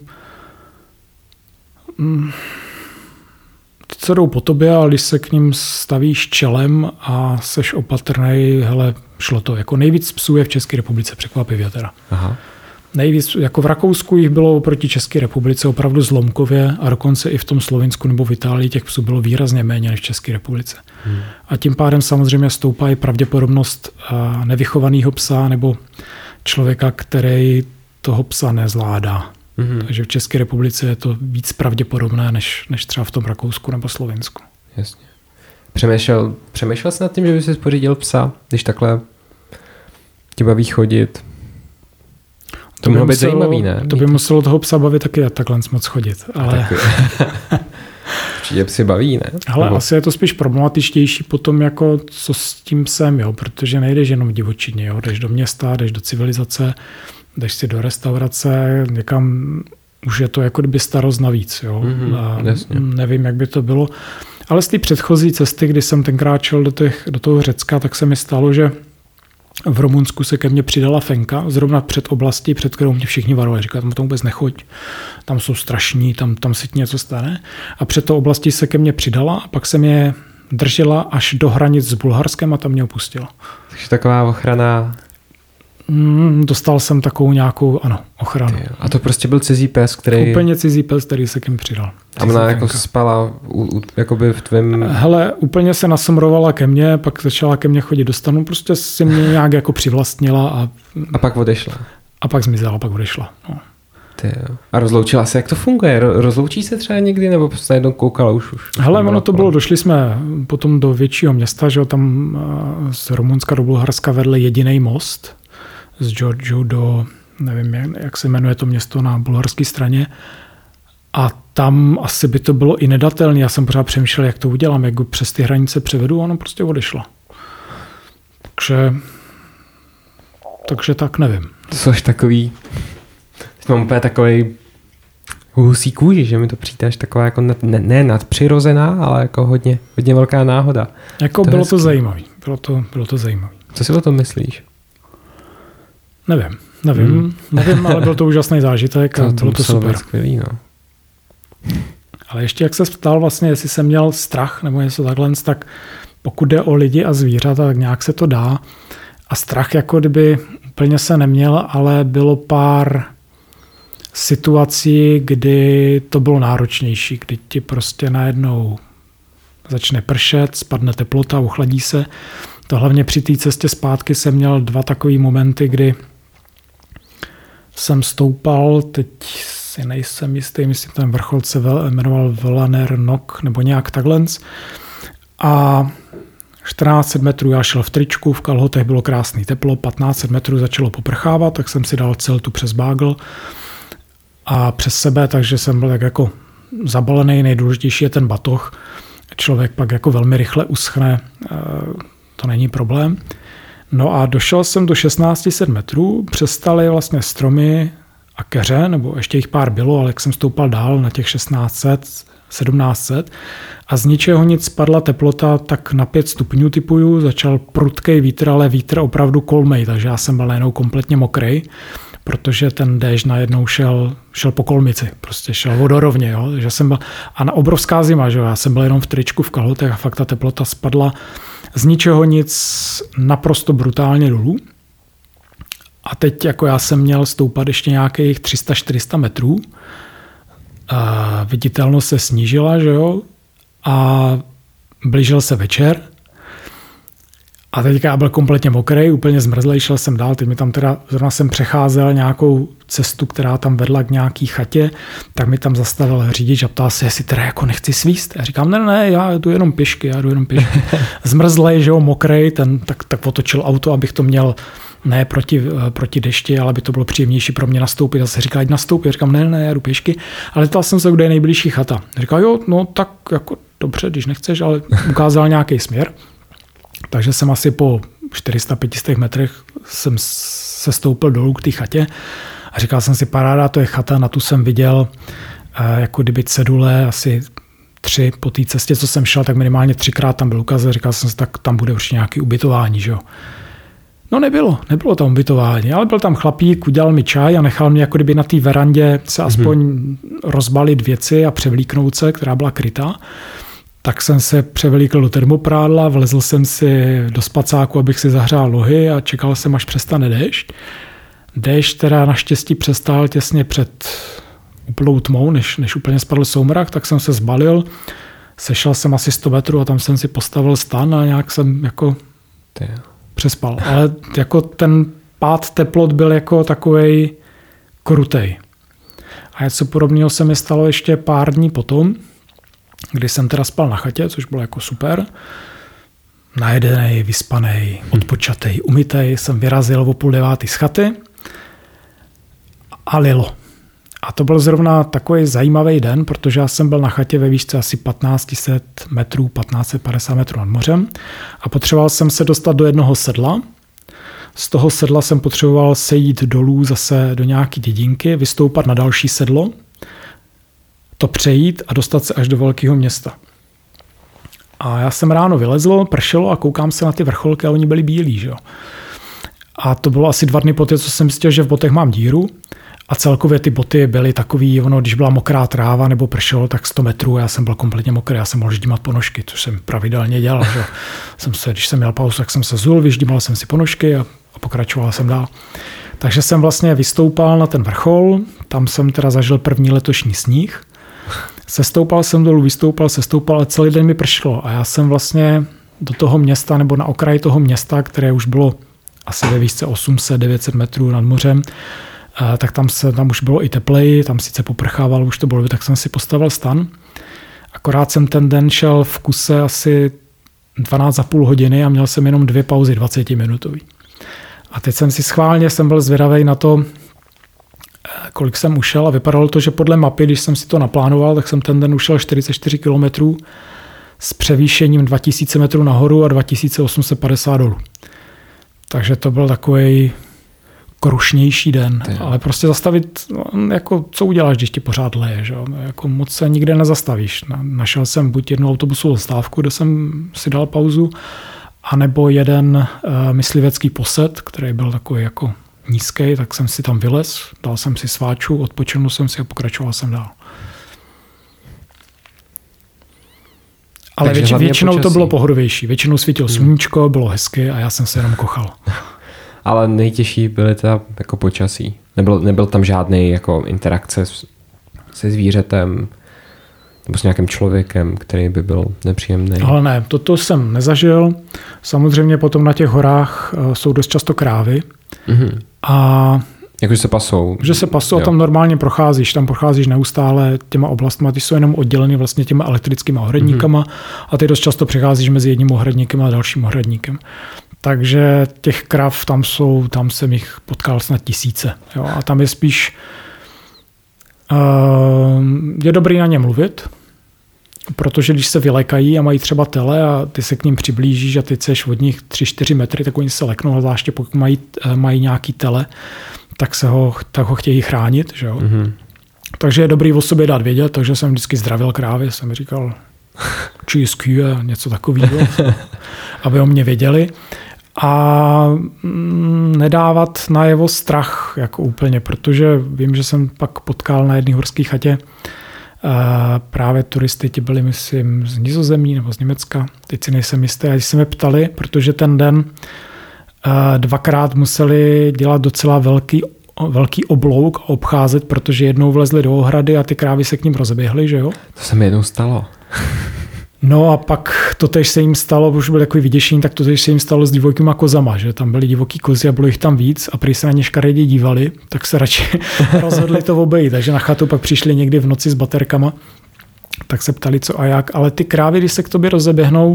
co jdou po tobě, ale když se k ním stavíš čelem a seš opatrnej, hele, šlo to. Jako nejvíc psů je v České republice, překvapivě teda. Aha. Nejvíc, jako v Rakousku jich bylo oproti České republice opravdu zlomkově a dokonce i v tom Slovinsku nebo v Itálii těch psů bylo výrazně méně než v České republice. A tím pádem samozřejmě stoupá i pravděpodobnost nevychovaného psa nebo člověka, který toho psa nezvládá. Takže v České republice je to víc pravděpodobné, než třeba v tom Rakousku nebo Slovinsku. Jasně. Přemýšlel jsi nad tím, že by si pořídil psa, když takhle tě baví chodit? To mohlo být zajímavý, ne? To by muselo toho psa bavit taky takhle moc chodit. Ale... Určitě psy baví, ne? Ale asi je to spíš problematičtější potom, jako co s tím psem, jo? Protože nejdeš jenom divočině, jo? Jdeš do města, jdeš do civilizace, jdeš si do restaurace, někam už je to jako kdyby starost navíc. Jo? Nevím, jak by to bylo. Ale z té předchozí cesty, kdy jsem tenkrát šel do toho Řecka, tak se mi stalo, že v Rumunsku se ke mně přidala Fenka, zrovna před oblastí, před kterou mě všichni varovali. Říkali, tam vůbec nechoď, tam jsou strašní, tam si něco stane. A před tou oblastí se ke mně přidala a pak se mě držela až do hranic s Bulharskem a tam mě opustila. Takže taková ochrana... Dostal jsem takovou nějakou, ochranu. A to prostě byl cizí pes, který... Úplně cizí pes, který se k ním přidal. A ona jako spala jakoby v tvém... Hele, úplně se nasomrovala ke mně, pak začala ke mně chodit do stanu, prostě si mě nějak jako přivlastnila a pak odešla. A pak zmizela, pak odešla. No. A rozloučila se, jak to funguje? Rozloučí se třeba někdy, nebo prostě jednou koukala už? Hele, ono to bylo, došli jsme potom do většího města, že tam z Rumunska do Bulharska vedl jediný most z Georgiou do, nevím, jak se jmenuje to město na bulharské straně. A tam asi by to bylo i nedatelné. Já jsem pořád přemýšlel, jak to udělám, jak ho přes ty hranice převedu a ono prostě odešla. Takže tak nevím. To jsou až takový, mám úplně takový husí kůži, že mi to přijde až taková jako ne nadpřirozená, ale jako hodně velká náhoda. Jako bylo to zajímavý. Bylo to zajímavý. Co si o tom myslíš? Nevím, ale byl to úžasný zážitek a bylo to super. Skvělý, no. Ale ještě jak se ptal vlastně, jestli jsem měl strach nebo něco takhle, tak pokud jde o lidi a zvířata, tak nějak se to dá. A strach jako kdyby úplně se neměl, ale bylo pár situací, kdy to bylo náročnější, kdy ti prostě najednou začne pršet, spadne teplota, uchladí se. To hlavně při té cestě zpátky jsem měl 2 takové momenty, kdy jsem stoupal, teď si nejsem jistý, myslím, ten vrchol se jmenoval Velaner Nok, nebo nějak takhle. A 1400 metrů já šel v tričku, v kalhotech bylo krásný teplo, 1500 metrů začalo poprchávat, tak jsem si dal celtu přes bágl a přes sebe, takže jsem byl tak jako zabalený, nejdůležitější je ten batoh. Člověk pak jako velmi rychle uschne, to není problém. No a došel jsem do 1600 metrů, přestaly vlastně stromy a keře, nebo ještě jich pár bylo, ale jak jsem stoupal dál na těch 1600, 1700 a z ničeho nic spadla teplota tak na 5 stupňů typuju, začal prudkej vítr, ale vítr opravdu kolmej, takže já jsem byl najednou kompletně mokrej, protože ten déšť najednou šel po kolmici, prostě šel vodorovně, jo? Takže jsem byl, a na obrovská zima, že jo? Já jsem byl jenom v tričku, v kalhotech a fakt ta teplota spadla z ničeho nic naprosto brutálně dolů. A teď jako já jsem měl stoupat ještě nějakých 300-400 metrů. A viditelnost se snížila, že jo? A blížil se večer. A teďka já byl kompletně mokrý, úplně zmrzlej, šel jsem dál. Teď mi tam teda, zrovna jsem přecházel nějakou cestu, která tam vedla k nějaký chatě, tak mi tam zastavil řidič a ptal se, jestli teda jako nechci svíst. Já říkám, ne, já jdu jenom pěšky. Zmrzlej, že jo, mokrej, tak otočil auto, abych to měl ne proti dešti, ale aby to bylo příjemnější pro mě nastoupit. A se říká, ať nastoupí. Já říkám, ne, já jdu pěšky. Ale ptal jsem se, kde je nejbližší chata. Říkal, jo, no tak jako dobře, když nechceš, ale ukázal nějaký směr. Takže jsem asi po 400-500 metrech jsem se stoupil dolů k té chatě a říkal jsem si, paráda, to je chata, na tu jsem viděl jako kdyby cedule, asi 3 po té cestě, co jsem šel, tak minimálně 3krát tam byl ukaz, říkal jsem si, tak tam bude určitě nějaké ubytování, že jo. No nebylo tam ubytování, ale byl tam chlapík, udělal mi čaj a nechal mě jako kdyby na té verandě se aspoň rozbalit věci a převlíknout se, která byla krytá. Tak jsem se převlíkl do termoprádla, vlezl jsem si do spacáku, abych si zahřál nohy a čekal jsem, až přestane déšť. Déšť teda naštěstí přestal těsně před úplnou tmou, než úplně spadl soumrak, tak jsem se zbalil, sešel jsem asi 100 metrů a tam jsem si postavil stan a nějak jsem jako přespal. Ale jako ten pád teplot byl jako takovej krutej. A něco podobného se mi stalo ještě pár dní potom, kdy jsem teda spal na chatě, což bylo jako super. Najedenej, vyspanej, odpočatej, umytej, jsem vyrazil o 8:30 z chaty a lilo. A to byl zrovna takový zajímavý den, protože já jsem byl na chatě ve výšce asi 1500 metrů, 1550 metrů nad mořem a potřeboval jsem se dostat do jednoho sedla. Z toho sedla jsem potřeboval sejít dolů zase do nějaké dědinky, vystoupat na další sedlo, to přejít a dostat se až do velkého města. A já jsem ráno vylezl, pršelo a koukám se na ty vrcholky a oni byli bílí. Že? A to bylo asi 2 dny poté, co jsem zjistil, že v botech mám díru. A celkově ty boty byly takový, když byla mokrá tráva nebo pršelo, tak 100 metrů, já jsem byl kompletně mokrý, já jsem mohl ždímat ponožky, což jsem pravidelně dělal. Že? Když jsem měl pauzu, tak jsem se zul, vyždímal jsem si ponožky a pokračoval jsem dál. Takže jsem vlastně vystoupal na ten vrchol, tam jsem teda zažil první letošní sníh. Sestoupal jsem dolů, sestoupal a celý den mi pršelo. A já jsem vlastně do toho města nebo na okraji toho města, které už bylo asi ve výšce 800-900 metrů nad mořem, tak tam už bylo i tepleji, tam sice poprchával, už to bylo, tak jsem si postavil stan. Akorát jsem ten den šel v kuse asi 12,5 hodiny a měl jsem jenom 2 pauzy 20-minutový. A teď jsem byl zvědavý na to, kolik jsem ušel a vypadalo to, že podle mapy, když jsem si to naplánoval, tak jsem ten den ušel 44 km s převýšením 2000 metrů nahoru a 2850 dolů. Takže to byl takový krušnější den, ale prostě zastavit, jako co uděláš, když ti pořád leje, že? Jako moc se nikde nezastavíš. Našel jsem buď jednu autobusovou stávku, kde jsem si dal pauzu, anebo jeden myslivecký posed, který byl takový jako nízký, tak jsem si tam vylez, dal jsem si sváču, odpočinul jsem si a pokračoval jsem dál. Ale většinou to bylo pohodovější. Většinou svítilo sluníčko, bylo hezky a já jsem se jenom kochal. Ale nejtěžší byly teda jako počasí. Nebyl tam žádný jako interakce se zvířetem nebo s nějakým člověkem, který by byl nepříjemný. Ale ne, toto jsem nezažil. Samozřejmě potom na těch horách jsou dost často krávy. Mm-hmm. A jakože se pasou. Že se pasou a tam normálně procházíš. Tam procházíš neustále těma oblastma. Ty jsou jenom odděleny vlastně těma elektrickými ohradníkama a ty dost často přecházíš mezi jedním ohradníkem a dalším ohradníkem. Takže těch krav tam jsem jich potkal snad 1000. Jo? A tam je spíš je dobrý na ně mluvit, protože když se vylékají a mají třeba tele a ty se k ním přiblížíš a ty seš od nich 3-4 metry, tak oni se leknou, a zvláště pokud mají nějaký tele, tak ho chtějí chránit. Že jo? Mm-hmm. Takže je dobrý o sobě dát vědět, takže jsem vždycky zdravil krávy, jsem říkal cheese a něco takového, aby o mě věděli. A nedávat najevo strach jako úplně, protože vím, že jsem pak potkal na jedné horské chatě právě turisty, ti byli, myslím, z Nizozemí nebo z Německa, teď si nejsem jistý, a když se mě ptali, protože ten den 2krát museli dělat docela velký oblouk a obcházet, protože jednou vlezli do ohrady a ty krávy se k ním rozběhly, že jo? To se mi jednou stalo. No a pak totež se jim stalo, už byl takový vyděšený, tak totež se jim stalo s divokýma kozama, že tam byly divoký kozy a bylo jich tam víc a prý se na ně škaredě dívali, tak se radši rozhodli to obejít. Takže na chatu pak přišli někdy v noci s baterkama, tak se ptali co a jak, ale ty krávy, když se k tobě rozeběhnou,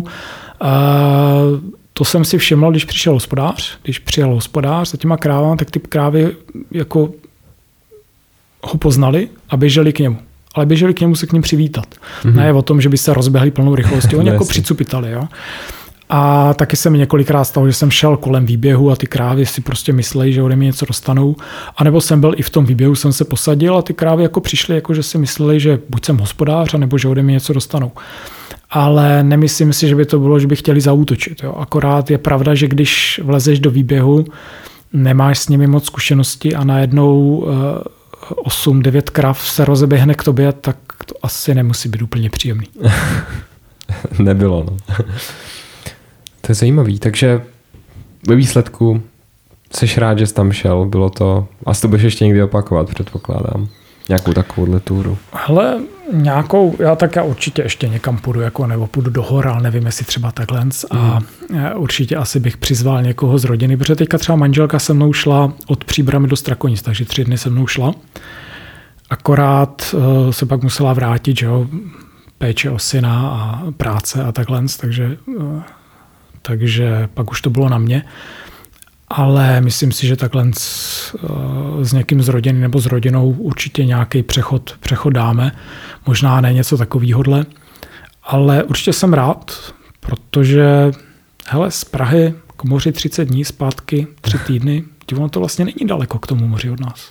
to jsem si všiml, když přijel hospodář za těma krávama, tak ty krávy jako ho poznali a běželi k němu. Ale běželi k němu se k ním přivítat. Mm-hmm. Ne o tom, že by se rozběhli plnou rychlostí. Oni jako přicupitali. Jo? A taky se mi několikrát stalo, že jsem šel kolem výběhu a ty krávy si prostě myslejí, že ode mě něco dostanou. A nebo jsem byl i v tom výběhu, jsem se posadil a ty krávy jako přišly, jako že si mysleli, že buď jsem hospodář, nebo že ode mě něco dostanou. Ale nemyslím si, že by to bylo, že by chtěli zaútočit. Jo? Akorát je pravda, že když vlezeš do výběhu, nemáš s nimi moc zkušenosti a najednou 8-9 krav se rozeběhne k tobě, tak to asi nemusí být úplně příjemný. Nebylo, no. To je zajímavý, takže ve výsledku seš rád, že jsi tam šel, bylo to, asi to budeš ještě někdy opakovat, předpokládám. Nějakou takovouhle túru. Hele, já určitě ještě někam půjdu, nebo půjdu do hor, ale nevím, jestli třeba takhle. A určitě asi bych přizval někoho z rodiny, protože teďka třeba manželka se mnou šla od Příbrami do Strakonic, takže 3 dny se mnou šla. Akorát se pak musela vrátit, že jo, péče o syna a práce a takhle, takže pak už to bylo na mě. ale myslím si, že takhle s někým z rodiny nebo s rodinou určitě nějaký přechod dáme. Možná ne něco takovýhodle, ale určitě jsem rád, protože hele, z Prahy k moři 30 dní, zpátky 3 týdny, ono to vlastně není daleko k tomu moři od nás.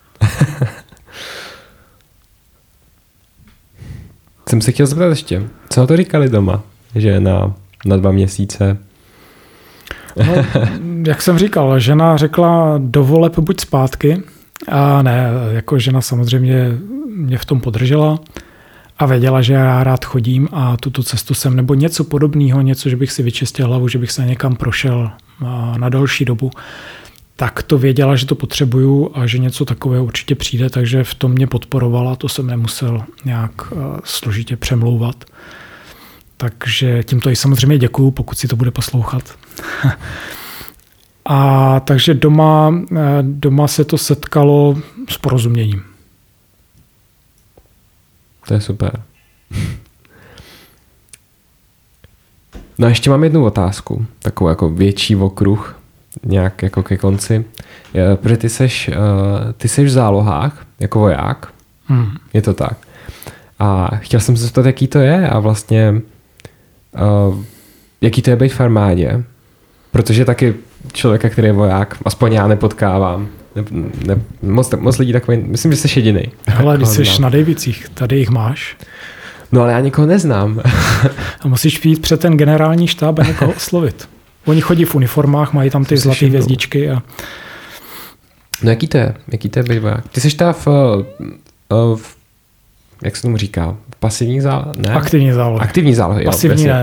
Jsem se chtěl zeptat ještě, co to říkali doma, že na 2 měsíce? No, jak jsem říkal, žena řekla do voleb buď zpátky, a ne, jako žena samozřejmě mě v tom podržela a věděla, že já rád chodím a tuto cestu jsem, nebo něco podobného, něco, že bych si vyčistil hlavu, že bych se někam prošel na další dobu, tak to věděla, že to potřebuju a že něco takového určitě přijde, takže v tom mě podporovala, to jsem nemusel nějak složitě přemlouvat. Takže tímto i samozřejmě děkuju, pokud si to bude poslouchat. A takže doma se to setkalo s porozuměním. To je super. No a ještě mám jednu otázku, takovou jako větší okruh, nějak jako ke konci. Protože ty seš v zálohách jako voják, je to tak. A chtěl jsem se zeptat, jaký to je a vlastně jaký to je být v armádě, protože taky člověka, který je voják, aspoň já nepotkávám. Moc lidí takový, myslím, že jsi jedinej. Hele, když jsi na Dejvicích, tady jich máš. No ale já nikoho neznám. A musíš přijít před ten generální štáb a někoho oslovit. Oni chodí v uniformách, mají tam ty zlaté hvězdičky. A... No jaký to je být voják? Ty jsi v jak se tomu říká? Pasivní zálohy? Ne? Aktivní zálohy. Aktivní zálohy, jo. Pasivní ne.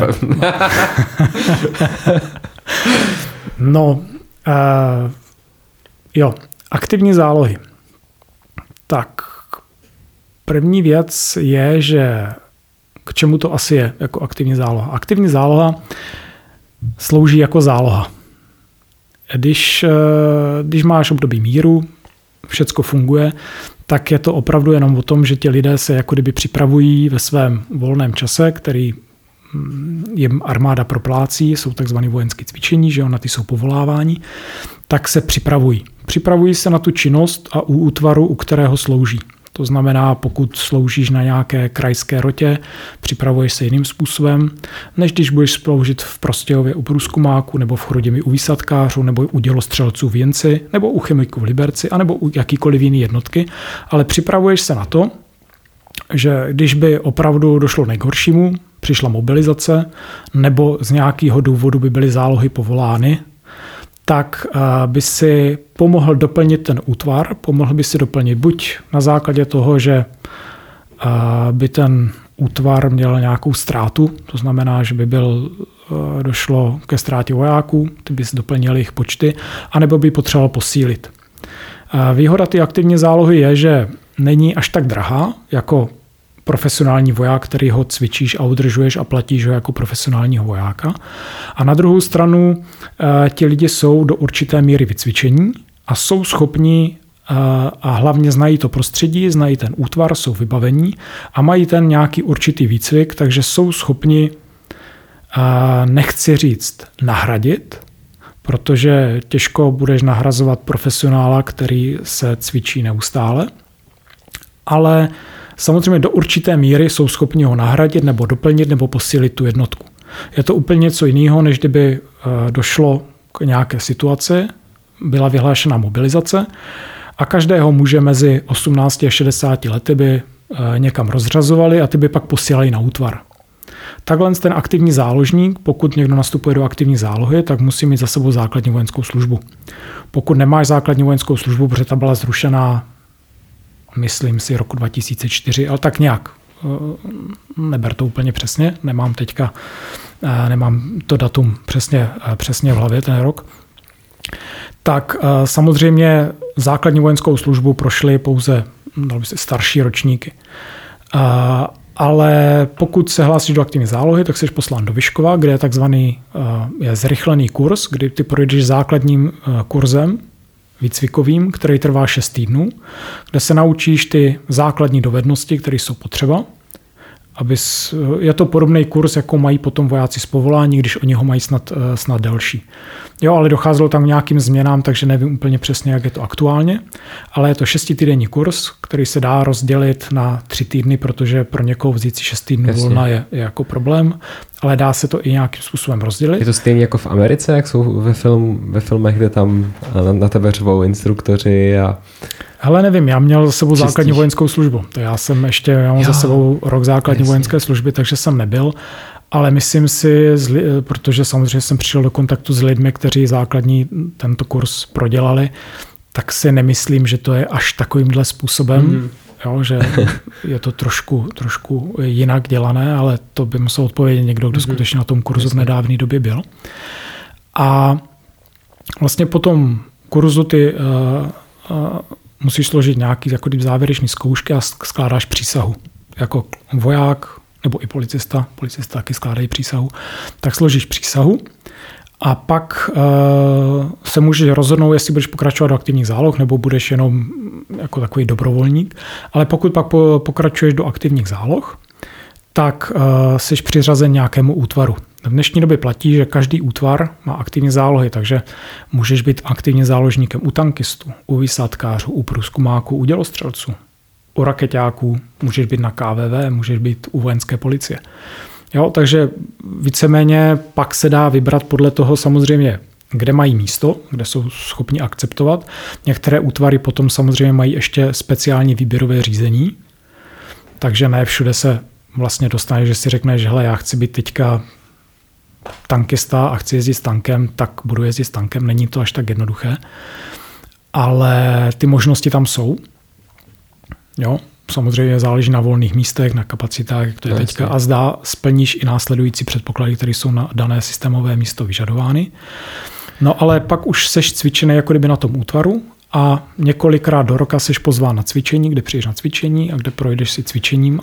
No, jo, aktivní zálohy. Tak, první věc je, že k čemu to asi je jako aktivní záloha. Aktivní záloha slouží jako záloha. Když máš období míru, všecko funguje, tak je to opravdu jenom o tom, že ti lidé se jako kdyby připravují ve svém volném čase, který jim armáda proplácí, jsou takzvané vojenské cvičení, že na ty jsou povoláváni, tak se připravují. Připravují se na tu činnost a u útvaru, u kterého slouží. To znamená, pokud sloužíš na nějaké krajské rotě, připravuješ se jiným způsobem, než když budeš sloužit v Prostějově u průzkumáku, nebo v Chrudimi u výsadkářů, nebo u dělostřelců v Jinci, nebo u chemiků v Liberci, anebo u jakýkoliv jiný jednotky, ale připravuješ se na to, že když by opravdu došlo nejhoršímu, přišla mobilizace, nebo z nějakého důvodu by byly zálohy povolány, tak by si pomohl doplnit ten útvar, pomohl by si doplnit buď na základě toho, že by ten útvar měl nějakou ztrátu, to znamená, že by došlo ke ztrátě vojáků, ty by si doplnili jejich počty, anebo by potřeboval posílit. Výhoda ty aktivní zálohy je, že není až tak drahá, jako profesionální voják, který ho cvičíš a udržuješ a platíš ho jako profesionálního vojáka. A na druhou stranu ti lidi jsou do určité míry vycvičení a jsou schopni a hlavně znají to prostředí, znají ten útvar, jsou vybavení a mají ten nějaký určitý výcvik, takže jsou schopni, nechci říct nahradit, protože těžko budeš nahrazovat profesionála, který se cvičí neustále, ale samozřejmě do určité míry jsou schopni ho nahradit nebo doplnit nebo posílit tu jednotku. Je to úplně něco jiného, než kdyby došlo k nějaké situaci, byla vyhlášena mobilizace a každého muže mezi 18 a 60 lety by někam rozřazovali a ty by pak posílali na útvar. Takhle ten aktivní záložník, pokud někdo nastupuje do aktivní zálohy, tak musí mít za sebou základní vojenskou službu. Pokud nemáš základní vojenskou službu, protože ta byla zrušená, myslím si, roku 2004, ale tak nějak. Neber to úplně přesně, nemám to datum přesně v hlavě, ten rok. Tak samozřejmě základní vojenskou službu prošly pouze starší ročníky. Ale pokud se hlásíš do aktivní zálohy, tak jsi poslán do Vyškova, kde je takzvaný zrychlený kurz, kdy ty projdeš základním kurzem výcvikovým, který trvá 6 týdnů, kde se naučíš ty základní dovednosti, které jsou potřeba Je to podobný kurz, jako mají potom vojáci z povolání, když oni ho mají snad delší. Jo, ale docházelo tam k nějakým změnám, takže nevím úplně přesně, jak je to aktuálně, ale je to 6týdenní kurz, který se dá rozdělit na 3 týdny, protože pro někoho vzít si 6 týdnů volna je jako problém, ale dá se to i nějakým způsobem rozdělit. Je to stejně jako v Americe, jak jsou ve filmech, kde tam na tebe řvou instruktoři a... Hele, nevím, já měl za sebou základní vojenskou službu. To já mám za sebou rok základní vojenské služby, takže jsem nebyl. Ale myslím si, protože samozřejmě jsem přišel do kontaktu s lidmi, kteří základní tento kurz prodělali, tak si nemyslím, že to je až takovýmhle způsobem, jo, že je to trošku jinak dělané, ale to by musel odpovědět někdo, kdo skutečně na tom kurzu v nedávné době byl. A vlastně po tom kurzu ty musíš složit nějaký jako závěrečný zkoušky a skládáš přísahu. Jako voják nebo i policista taky skládají přísahu, tak složíš přísahu a pak se můžeš rozhodnout, jestli budeš pokračovat do aktivních záloh nebo budeš jenom jako takový dobrovolník. Ale pokud pak pokračuješ do aktivních záloh, tak jsi přiřazen nějakému útvaru. V dnešní době platí, že každý útvar má aktivní zálohy, takže můžeš být aktivním záložníkem u tankistů, u výsadkářů, u průzkumáků, u dělostřelců, u rakeťáků, můžeš být na KVV, můžeš být u vojenské policie. Jo, takže víceméně pak se dá vybrat podle toho samozřejmě, kde mají místo, kde jsou schopni akceptovat. Některé útvary potom samozřejmě mají ještě speciální výběrové řízení, takže ne všude se vlastně dostaneš, že si řekneš, hele, já chci být teďka tankista a chci jezdit s tankem, tak budu jezdit s tankem. Není to až tak jednoduché, ale ty možnosti tam jsou. Jo, samozřejmě záleží na volných místech, na kapacitách, jak to je teďka, a zda splníš i následující předpoklady, které jsou na dané systémové místo vyžadovány. No ale pak už seš cvičený jako kdyby na tom útvaru a několikrát do roka seš pozván na cvičení, kde přijdeš na cvičení a kde projdeš si cvičením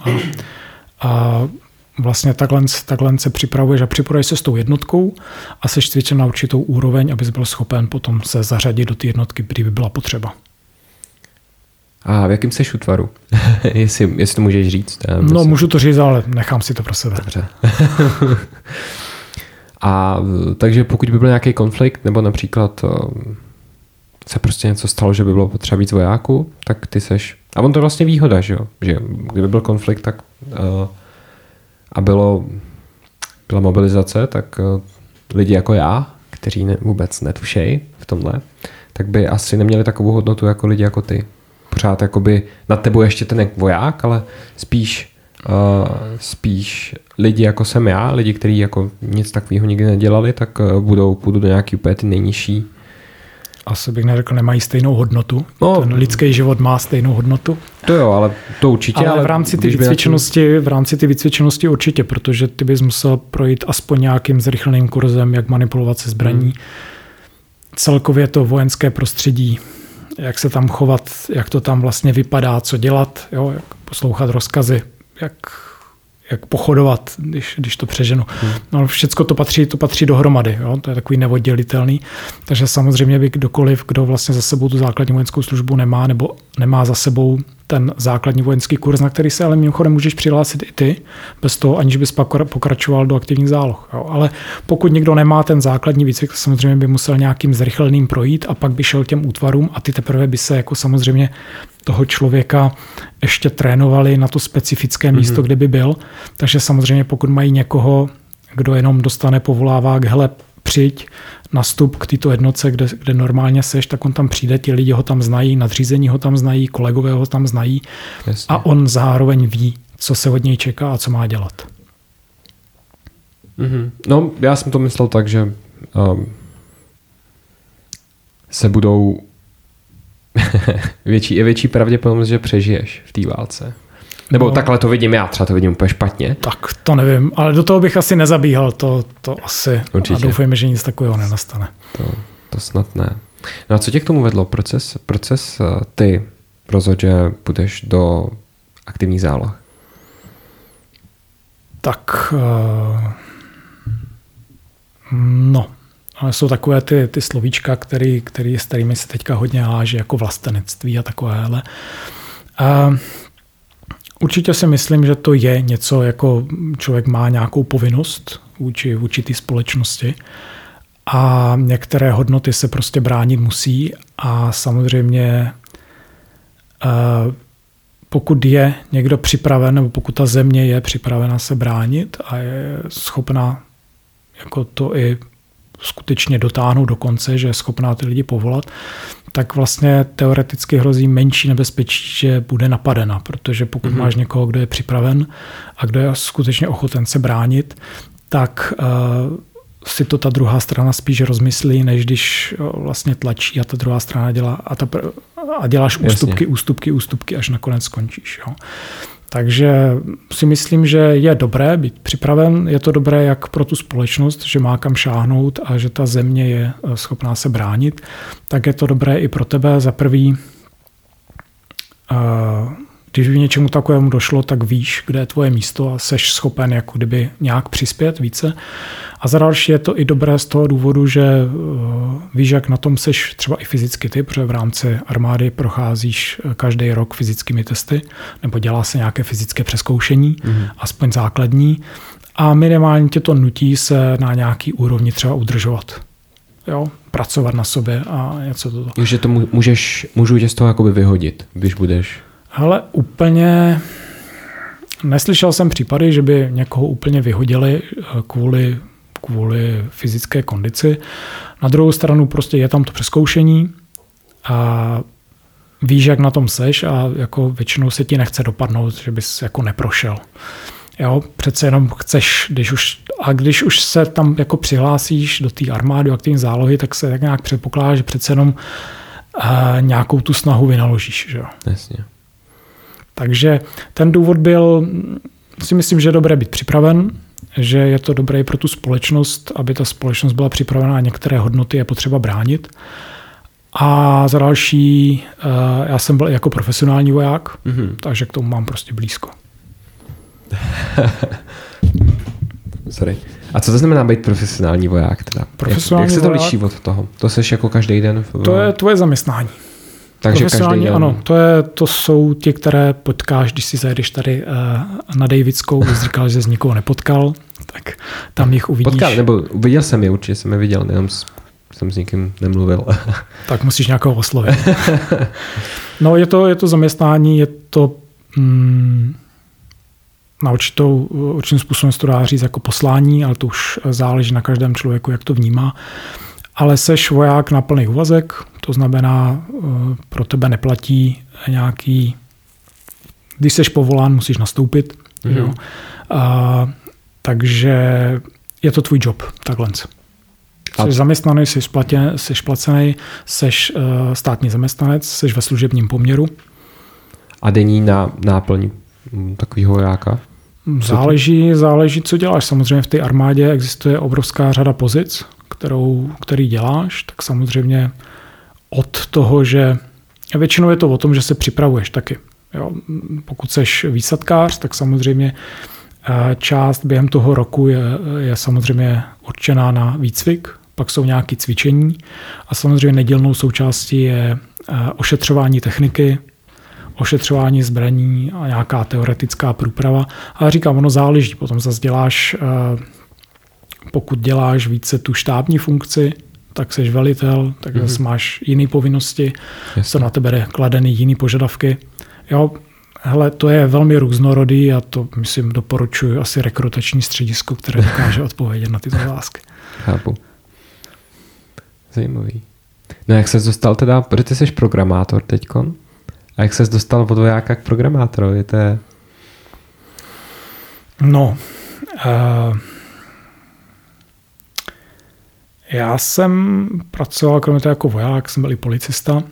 a vlastně takhle se připravuješ a připravuješ se s tou jednotkou a seš cvičen na určitou úroveň, abys byl schopen potom se zařadit do té jednotky, kdy by byla potřeba. A v jakém seš útvaru? jestli to můžeš říct. No, můžu to říct, ale nechám si to pro sebe. Dobře. A takže pokud by byl nějaký konflikt, nebo například se prostě něco stalo, že by bylo potřeba víc vojáků, tak ty seš... A on to je vlastně výhoda, že jo? Že kdyby byl konflikt, tak a byla mobilizace, tak lidi jako já, kteří vůbec netušejí v tomhle, tak by asi neměli takovou hodnotu jako lidi jako ty. Pořád jakoby nad tebou ještě ten voják, ale spíš lidi jako jsem já, lidi, kteří jako nic takového nikdy nedělali, tak budou do nějaký úplně ty nejnižší. Asi bych neřekl, nemají stejnou hodnotu. No, ten lidský život má stejnou hodnotu. To jo, ale to určitě. Ale v rámci ty vycvičenosti určitě, protože ty bys musel projít aspoň nějakým zrychleným kurzem, jak manipulovat se zbraní. Celkově to vojenské prostředí, jak se tam chovat, jak to tam vlastně vypadá, co dělat, jo, jak poslouchat rozkazy, jak pochodovat, když to přeženu. No, všecko to patří dohromady, jo? To je takový neoddělitelný. Takže samozřejmě by kdokoliv, kdo vlastně za sebou tu základní vojenskou službu nemá, nebo nemá za sebou ten základní vojenský kurz, na který se ale mimochodem můžeš přihlásit i ty, bez toho, aniž bys pokračoval do aktivních záloh. Jo? Ale pokud někdo nemá ten základní výcvik, samozřejmě by musel nějakým zrychleným projít a pak by šel těm útvarům a ty teprve by se jako samozřejmě toho člověka ještě trénovali na to specifické místo, kde by byl. Takže samozřejmě pokud mají někoho, kdo jenom dostane povolávák, hele, přijď, nastup k této jednotce, kde normálně seš, tak on tam přijde, ti lidi ho tam znají, nadřízení ho tam znají, kolegové ho tam znají. Jasně. A on zároveň ví, co se od něj čeká a co má dělat. No, já jsem to myslel tak, že se budou je větší pravděpodobnost, že přežiješ v té válce. Nebo takhle to vidím já, třeba to vidím úplně špatně. Tak to nevím, ale do toho bych asi nezabíhal, to asi. Určitě. A doufejme, že nic takového nenastane. To snad ne. No a co tě k tomu vedlo? Proces ty rozhodl, že půjdeš do aktivních záloh? Tak ale jsou takové ty slovíčka, s kterými se teďka hodně háže, jako vlastenectví a takovéhle. Určitě si myslím, že to je něco, jako člověk má nějakou povinnost vůči té společnosti a některé hodnoty se prostě bránit musí a samozřejmě pokud je někdo připraven, nebo pokud ta země je připravena se bránit a je schopná jako to i skutečně dotáhnout do konce, že je schopná ty lidi povolat, tak vlastně teoreticky hrozí menší nebezpečí, že bude napadena, protože pokud máš někoho, kdo je připraven a kdo je skutečně ochoten se bránit, tak si to ta druhá strana spíš rozmyslí, než když vlastně tlačí a ta druhá strana dělá a děláš ústupky, až nakonec skončíš. Jo. Takže si myslím, že je dobré být připraven. Je to dobré jak pro tu společnost, že má kam šáhnout a že ta země je schopná se bránit, tak je to dobré i pro tebe. Za prvý, když by něčemu takovému došlo, tak víš, kde je tvoje místo a seš schopen jako kdyby nějak přispět více. A za další je to i dobré z toho důvodu, že víš, jak na tom seš třeba i fyzicky ty, protože v rámci armády procházíš každý rok fyzickými testy, nebo dělá se nějaké fyzické přezkoušení, aspoň základní, a minimálně tě to nutí se na nějaký úrovni třeba udržovat. Jo? Pracovat na sobě a něco toto. Takže to můžu tě z toho jakoby vyhodit, když budeš... Hele, úplně neslyšel jsem případy, že by někoho úplně vyhodili kvůli fyzické kondici. Na druhou stranu prostě je tam to přezkoušení a víš, jak na tom seš a jako většinou se ti nechce dopadnout, že bys jako neprošel. Jo, přece jenom chceš, když už se tam jako přihlásíš do té armády, do aktivní zálohy, tak se tak nějak předpokládá, že přece jenom nějakou tu snahu vynaložíš. Že? Jasně. Takže ten důvod byl, si myslím, že je dobré být připraven, že je to dobré i pro tu společnost, aby ta společnost byla připravená a některé hodnoty je potřeba bránit. A za další, já jsem byl jako profesionální voják, takže k tomu mám prostě blízko. Sorry. A co to znamená být profesionální voják? Teda? Jak se to liší od toho? To seš jako každý den? To je tvoje zaměstnání. Takže každý den. Ano, to jsou ti, které potkáš, když si zajedeš tady na Davidskou, jsi říkal, že jsi nikoho nepotkal, tak tam jich uvidíš. Viděl jsem je, určitě jsem je viděl, jenom jsem s nikým nemluvil. Tak musíš nějakého oslovit. No, je to zaměstnání, je to na určitým způsobem se to dá říct jako poslání, ale to už záleží na každém člověku, jak to vnímá. Ale seš voják na plný úvazek, to znamená, pro tebe neplatí nějaký, když seš povolán, musíš nastoupit. Jo? Takže je to tvůj job, takhle. Jsi zaměstnaný, jsi placený, jsi státní zaměstnanec, jsi ve služebním poměru. A denní náplň takového vojáka? Záleží, co děláš. Samozřejmě v té armádě existuje obrovská řada pozic, který děláš, tak samozřejmě od toho, že většinou je to o tom, že se připravuješ taky. Jo. Pokud seš výsadkář, tak samozřejmě část během toho roku je samozřejmě určená na výcvik, pak jsou nějaké cvičení a samozřejmě nedílnou součástí je ošetřování techniky, ošetřování zbraní a nějaká teoretická průprava. Ale říkám, ono záleží. Potom zase děláš, pokud děláš více tu štábní funkci, tak seš velitel, tak zase máš jiné povinnosti, jsou na tebe kladeny jiné požadavky. Jo, hele, to je velmi různorodý a to, myslím, doporučuji asi rekrutační středisko, které dokáže odpovědět na tyto otázky. Chápu. Zajímavý. No jak ses dostal teda, protože ty jsi programátor teďkon, a jak ses dostal od vojáka k programátorovi? No, já jsem pracoval kromě toho jako voják, jsem byl i policista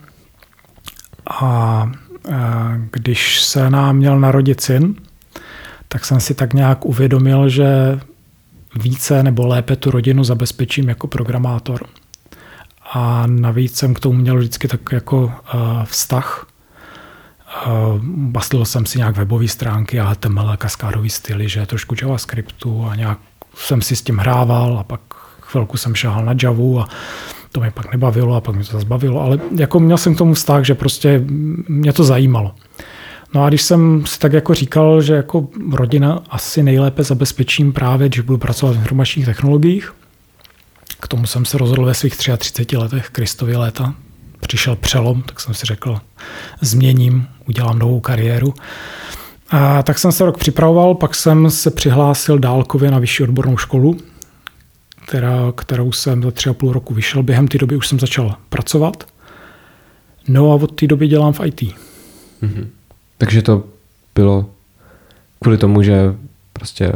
a když se nám měl narodit syn, tak jsem si tak nějak uvědomil, že více nebo lépe tu rodinu zabezpečím jako programátor. A navíc jsem k tomu měl vždycky tak jako vztah. Bastlil jsem si nějak webové stránky a HTML, kaskádový styly, že trošku JavaScriptu a nějak jsem si s tím hrával a pak chvilku jsem šahal na Javu a to mě pak nebavilo a pak mě to zase bavilo, ale jako měl jsem k tomu vztah, že prostě mě to zajímalo. No a když jsem si tak jako říkal, že jako rodina asi nejlépe zabezpečím právě, když budu pracovat v informačních technologiích, k tomu jsem se rozhodl ve svých 33 letech, Kristově léta. Přišel přelom, tak jsem si řekl, změním, udělám novou kariéru. A tak jsem se rok připravoval, pak jsem se přihlásil dálkově na vyšší odbornou školu, kterou jsem za 3,5 roku vyšel. Během té doby už jsem začal pracovat. No a od té doby dělám v IT. Mm-hmm. Takže to bylo kvůli tomu, že prostě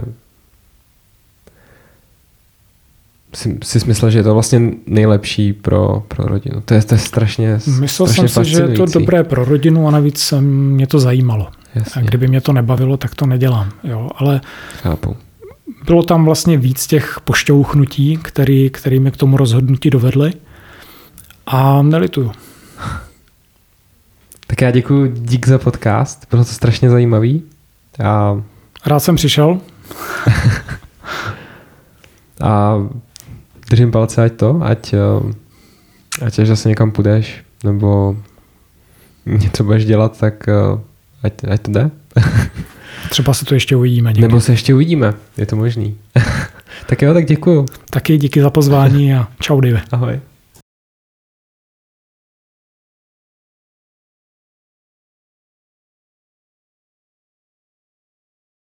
si myslel, že je to vlastně nejlepší pro rodinu. To je strašně Myslel jsem si, že je to dobré pro rodinu a navíc mě to zajímalo. Jasně. A kdyby mě to nebavilo, tak to nedělám. Jo, ale chápu. Bylo tam vlastně víc těch pošťouchnutí, který mě k tomu rozhodnutí dovedly a nelituju. Tak já dík za podcast, bylo to strašně zajímavý. Rád jsem přišel. A držím palce, ať až zase někam půjdeš, nebo něco budeš dělat, tak ať to jde. Třeba se to ještě uvidíme někdy. Nebo se ještě uvidíme, je to možný. Tak jo, tak děkuju. Taky díky za pozvání a čau, Davide. Ahoj.